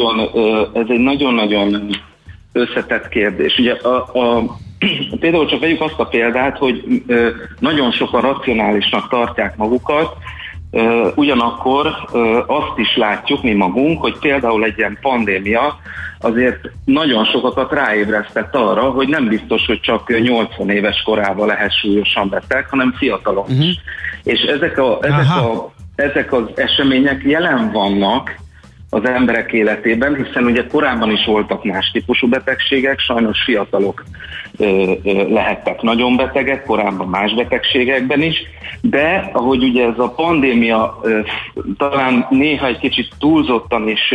nagyon-nagyon összetett kérdés. Ugye például csak vegyük azt a példát, hogy nagyon sokan racionálisnak tartják magukat, ugyanakkor azt is látjuk mi magunk, hogy például egy ilyen pandémia azért nagyon sokakat ráébresztett arra, hogy nem biztos, hogy csak 80 éves korában lehet súlyosan beteg, hanem fiatalon is. És ezek az események jelen vannak az emberek életében, hiszen ugye korábban is voltak más típusú betegségek, sajnos fiatalok lehettek nagyon betegek, korábban más betegségekben is, de ahogy ugye ez a pandémia talán néha egy kicsit túlzottan is,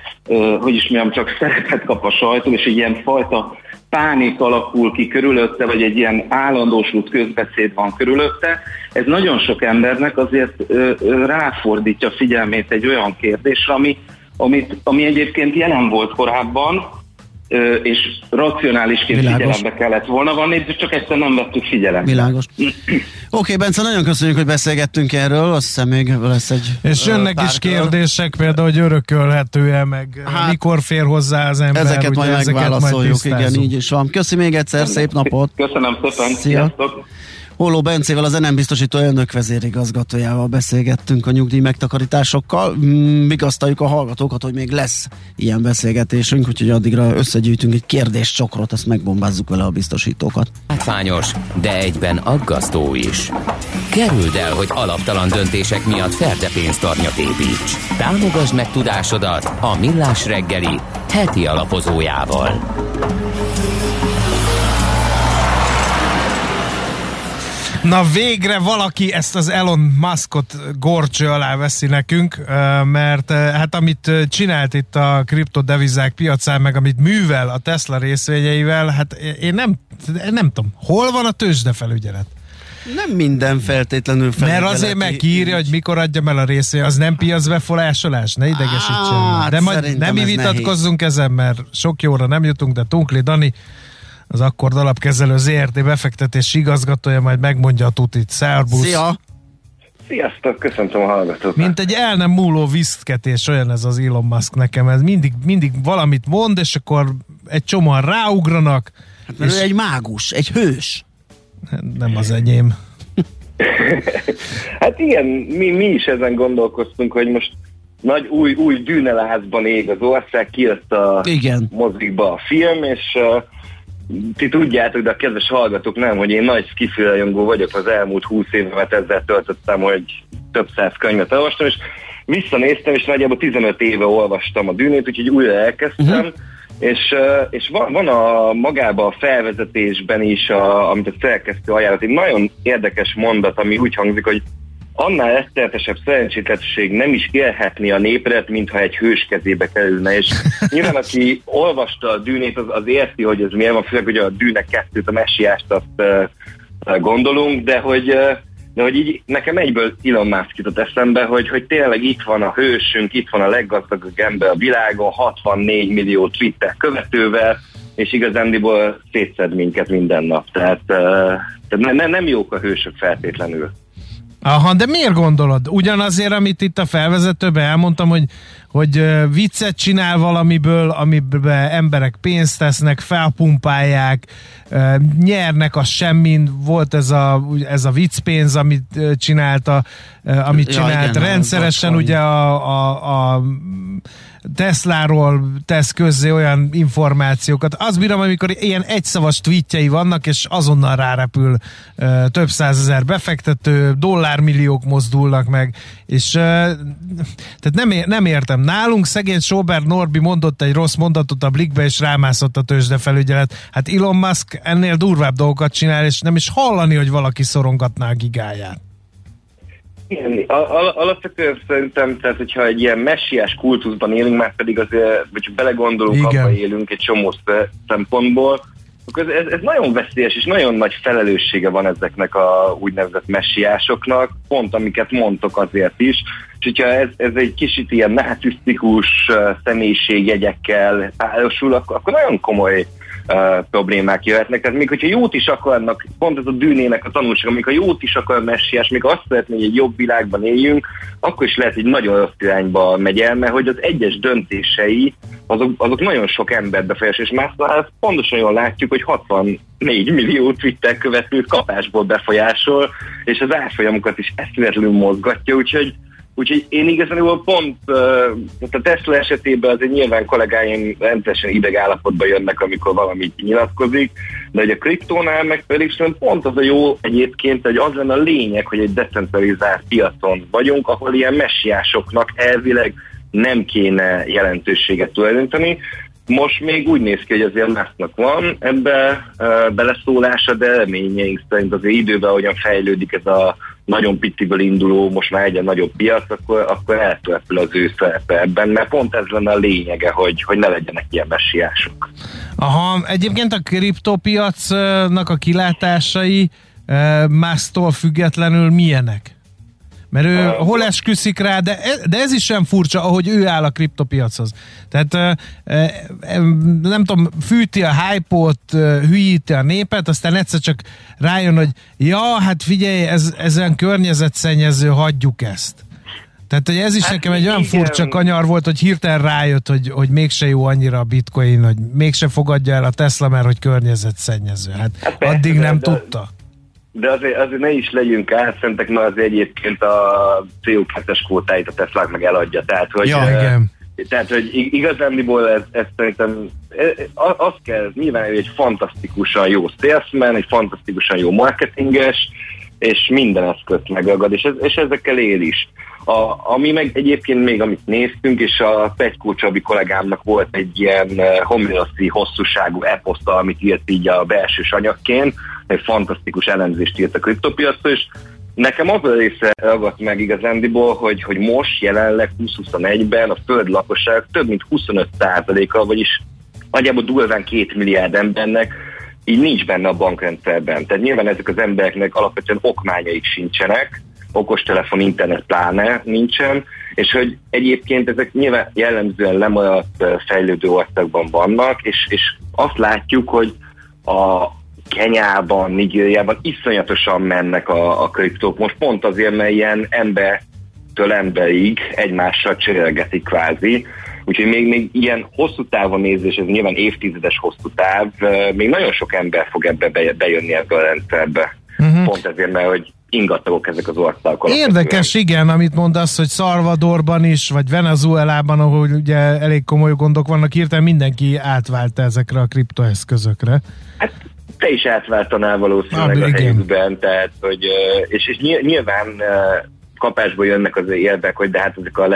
csak szerepet kap a sajtó, és egy ilyen fajta pánik alakul ki körülötte, vagy egy ilyen állandósult közbeszéd van körülötte, ez nagyon sok embernek azért ráfordítja figyelmét egy olyan kérdésre, ami egyébként jelen volt korábban, és racionálisként figyelembe kellett volna vanni, de csak egyszerűen nem vettük figyelembe. Világos. Oké, Bence, nagyon köszönjük, hogy beszélgettünk erről, azt hiszem még lesz egy és jönnek is kérdések, például, hogy örökölhető-e, meg mikor fér hozzá az ember. Ezeket majd megválaszoljuk, igen, így is van. Köszi még egyszer, szép napot! Köszönöm szépen, sziasztok! Holló Bencével, az NM Biztosító elnök vezérigazgatójával beszélgettünk a nyugdíj megtakarításokkal. Vigasztaljuk a hallgatókat, hogy még lesz ilyen beszélgetésünk, úgyhogy addigra összegyűjtünk egy kérdéscsokrot, azt megbombázzuk vele a biztosítókat. Látványos, de egyben aggasztó is. Kerüld el, hogy alaptalan döntések miatt ferde pénztarnyat építs. Támogasd meg tudásodat a Millás reggeli heti alapozójával. Na végre valaki ezt az Elon Muskot górcső alá veszi nekünk, mert hát amit csinált itt a kriptodevizák piacán, meg amit művel a Tesla részvényeivel, hát én nem tudom, hol van a tőzsdefelügyelet? Nem minden feltétlenül felügyeleti. Mert azért megírja, hogy mikor adjam el a részvényt, az nem piacbefolyásolás, ne idegesítsen. De majd nem mi vitatkozzunk ezen, mert sok jóra nem jutunk, de Tunkli Dani, az Akkord Alapkezelő ZRT befektetési igazgatója majd megmondja a tutit. Szerbusz! Szia! Sziasztok, köszöntöm a hallgatókat! Mint egy el nem múló viszketés, olyan ez az Elon Musk nekem. Ez mindig valamit mond, és akkor egy csomóan ráugranak. Hát mert ő egy mágus, egy hős. Nem az enyém. Hát igen, mi is ezen gondolkoztunk, hogy most nagy új dűnelázban ég az ország, kijött a mozikba a film, és ti tudjátok, de a kedves hallgatók nem, hogy én nagy sci-fi rajongó vagyok, az elmúlt 20 évemet ezzel töltöttem, hogy több száz könyvet olvastam, és visszanéztem, és nagyjából 15 éve olvastam a Dűnét, úgyhogy újra elkezdtem, és van magában a felvezetésben is, amit a szerkesztő ajánlott, egy nagyon érdekes mondat, ami úgy hangzik, hogy annál esztertesebb szerencsétlenség nem is élhetni a népret, mintha egy hős kezébe kerülne, és nyilván aki olvasta a Dűnét, az érti, hogy ez miért van, főleg, hogy a Dűne 2-t, a messiást azt gondolunk, de hogy így nekem egyből Elon Musk jutott eszembe, hogy tényleg itt van a hősünk, itt van a leggazdagabb ember a világon, 64 millió Twitter követővel, és igazándiból szétszed minket minden nap. Tehát nem jók a hősök feltétlenül. Aha, de miért gondolod? Ugyanazért, amit itt a felvezetőben elmondtam, hogy viccet csinál valamiből, amiben emberek pénzt tesznek, felpumpálják, nyernek a semmin. Volt ez a viccpénz, amit csinált igen, rendszeresen, ugye a Tesláról tesz közzé olyan információkat. Azt bírom, amikor ilyen egyszavas tweetjei vannak, és azonnal rárepül több százezer befektető, dollármilliók mozdulnak meg, és tehát nem értem. Nálunk szegény Sobert Norbi mondott egy rossz mondatot a Blikkbe, és rámászott a tőzsdefelügyelet. Hát Elon Musk ennél durvább dolgokat csinál, és nem is hallani, hogy valaki szorongatná a gigáját. Igen, alapvetően szerintem, tehát hogyha egy ilyen messiás kultuszban élünk, már pedig azért, vagy belegondolunk, abba élünk egy csomó szempontból, akkor ez nagyon veszélyes, és nagyon nagy felelőssége van ezeknek a úgynevezett messiásoknak, pont amiket mondtok azért is, és hogyha ez egy kicsit ilyen narcisztikus személyiségjegyekkel párosul, akkor nagyon komoly problémák jöhetnek. Tehát még hogyha jót is akarnak, pont ez a Dűnének a tanulsága, még ha jót is akar messiás, még azt szeretné, hogy egy jobb világban éljünk, akkor is lehet, hogy nagyon rossz irányba megy el, mert hogy az egyes döntései, azok nagyon sok embert befolyásolják, és már pontosan jól látjuk, hogy 64 millió Twitter követőt kapásból befolyásol, és az árfolyamokat is eszméletlenül mozgatja, úgyhogy én igazából pont a Tesla esetében azért nyilván kollégáim rendszeresen idegállapotba jönnek, amikor valamit nyilatkozik, de hogy a kriptónál meg pedig pont az a jó egyébként, hogy az lenne a lényeg, hogy egy decentralizált piacon vagyunk, ahol ilyen messiásoknak elvileg nem kéne jelentőséget tulajdonítani. Most még úgy néz ki, hogy azért Musknak van ebbe beleszólása, de reményeink szerint azért időben, ahogyan fejlődik ez a nagyon pittiből induló, most már egyre nagyobb piac, akkor eltörpül az ő szerepe ebben, mert pont ez lenne a lényege, hogy ne legyenek ilyen messiások. Aha, egyébként a kriptopiacnak a kilátásai Musktól függetlenül milyenek? Mert ő hol esküszik rá, de ez is sem furcsa, ahogy ő áll a kriptopiachoz. Tehát nem tudom, fűti a hype-ot, hülyíti a népet, aztán egyszer csak rájön, hogy ja, hát figyelj, ez olyan környezetszennyező, hagyjuk ezt. Tehát hogy ez is nekem egy olyan furcsa kanyar volt, hogy hirtelen rájött, hogy mégse jó annyira a bitcoin, hogy mégse fogadja el a Tesla, mert hogy környezetszennyező. Hát addig nem tudta. De azért ne is legyünk átszentek, mert azért egyébként a CO2-es kvótáit a Tesla meg eladja. Tehát, hogy, igen. Tehát, hogy igazándiból ez szerintem az kell, nyilván egy fantasztikusan jó salesman, egy fantasztikusan jó marketinges, és minden eszközt megragad, és ezekkel él is. Ami meg egyébként még, amit néztünk, és a Petykó Csabi kollégámnak volt egy ilyen homeroszi hosszúságú eposzta, amit írt így a belsős anyagként, egy fantasztikus elemzést írt a kriptopiacról, és nekem az a része ragadt meg igazándiból, hogy most jelenleg 2021-ben a föld lakosság több mint 25%-a, vagyis nagyjából durván 2 milliárd embernek így nincs benne a bankrendszerben. Tehát nyilván ezek az embereknek alapvetően okmányaik sincsenek, okostelefon, internet pláne nincsen, és hogy egyébként ezek nyilván jellemzően lemaradt fejlődő országban vannak, és azt látjuk, hogy a Kenyában, Nigériában iszonyatosan mennek a kriptók. Most pont azért, mert ilyen embertől emberig egymással cserélgetik kvázi. Úgyhogy még ilyen hosszú távon nézés, ez nyilván évtizedes hosszú táv, még nagyon sok ember fog ebbe bejönni ebbe a rendszerbe. Pont ezért, mert hogy ingatagok ezek az országok. Érdekes, igen, amit mondasz, hogy Salvadorban is, vagy Venezuelában, ahol ugye elég komoly gondok vannak, hirtelen mindenki átválta ezekre a kriptoeszközökre. Hát te is átváltanál valószínűleg a helyükben, tehát, hogy, és nyilván kapásból jönnek az érvek, hogy de hát ezek a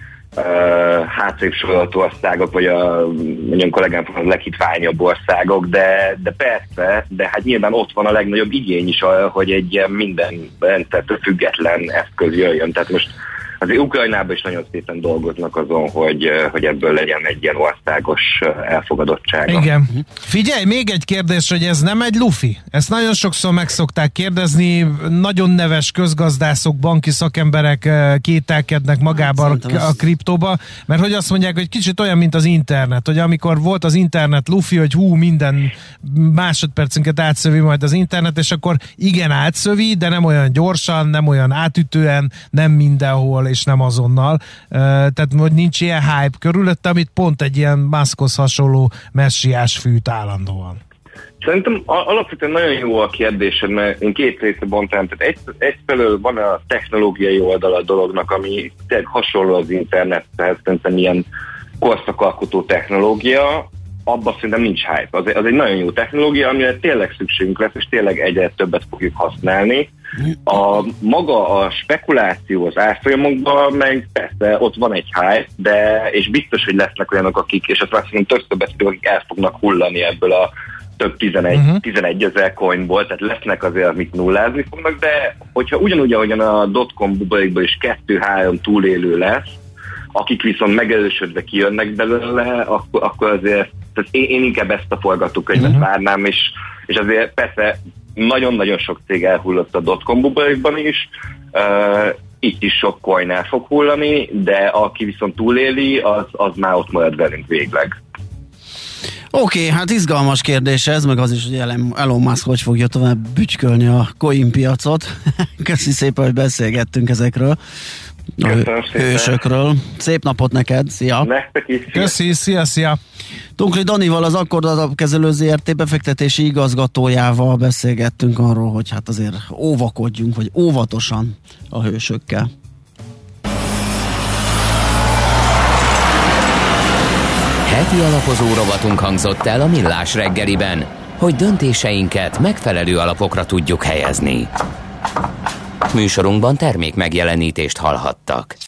hátrébb sorolható országok, vagy mondjam kollégám, a leghitványabb országok, de persze, de hát nyilván ott van a legnagyobb igény is arra, hogy egy ilyen minden rendszertől független eszköz jöjjön. Tehát most azért Ukrajnában is nagyon szépen dolgoznak azon, hogy ebből legyen egy ilyen országos elfogadottsága. Igen. Figyelj, még egy kérdés, hogy ez nem egy lufi? Ezt nagyon sokszor meg szokták kérdezni, nagyon neves közgazdászok, banki szakemberek kételkednek magában a kriptóba, mert hogy azt mondják, hogy kicsit olyan, mint az internet, hogy amikor volt az internet lufi, hogy minden másodpercünket átszövi majd az internet, és akkor igen átszövi, de nem olyan gyorsan, nem olyan átütően, nem mindenhol, és nem azonnal. Tehát hogy nincs ilyen hype körülött, amit pont egy ilyen Muskhoz hasonló messiás fűt állandóan. Szerintem alapvetően nagyon jó a kérdésed, mert én két részre bontanám. Tehát egyfelől van a technológiai oldala a dolognak, ami tényleg hasonló az internethez, szerintem ilyen korszakalkotó technológia, abban szerintem nincs hype. Az egy nagyon jó technológia, amire tényleg szükségünk lesz, és tényleg egyre többet fogjuk használni. Maga a spekuláció az árfolyamokban, meg persze ott van egy hype, és biztos, hogy lesznek olyanok, és azt már szerintem többet, akik el fognak hullani ebből a több 11 ezer coinból, tehát lesznek azért, amik nullázni fognak, de hogyha ugyanúgy, ahogyan a dotcom buborékból is 2-3 túlélő lesz, akik viszont megerősödve kijönnek belőle, akkor azért tehát én inkább ezt a forgatókönyvet várnám, és azért persze nagyon-nagyon sok cég elhullott a dotcom buborékban is, itt is sok coin el fog hullani, de aki viszont túléli, az már ott marad velünk végleg. Oké, hát izgalmas kérdés ez, meg az is, hogy Elon Musk hogy fogja tovább bütykölni a coin piacot. Köszi szépen, hogy beszélgettünk ezekről. Hősökről. Szép napot neked, szia! Nektek is, szia! Köszi, szia! Tunkli Danival, az Akkord Alapkezelő ZRT befektetési igazgatójával beszélgettünk arról, hogy hát azért óvakodjunk, vagy óvatosan a hősökkel. Heti alapozó rovatunk hangzott el a Millás reggeliben, hogy döntéseinket megfelelő alapokra tudjuk helyezni. Műsorunkban termék megjelenítést hallhattak.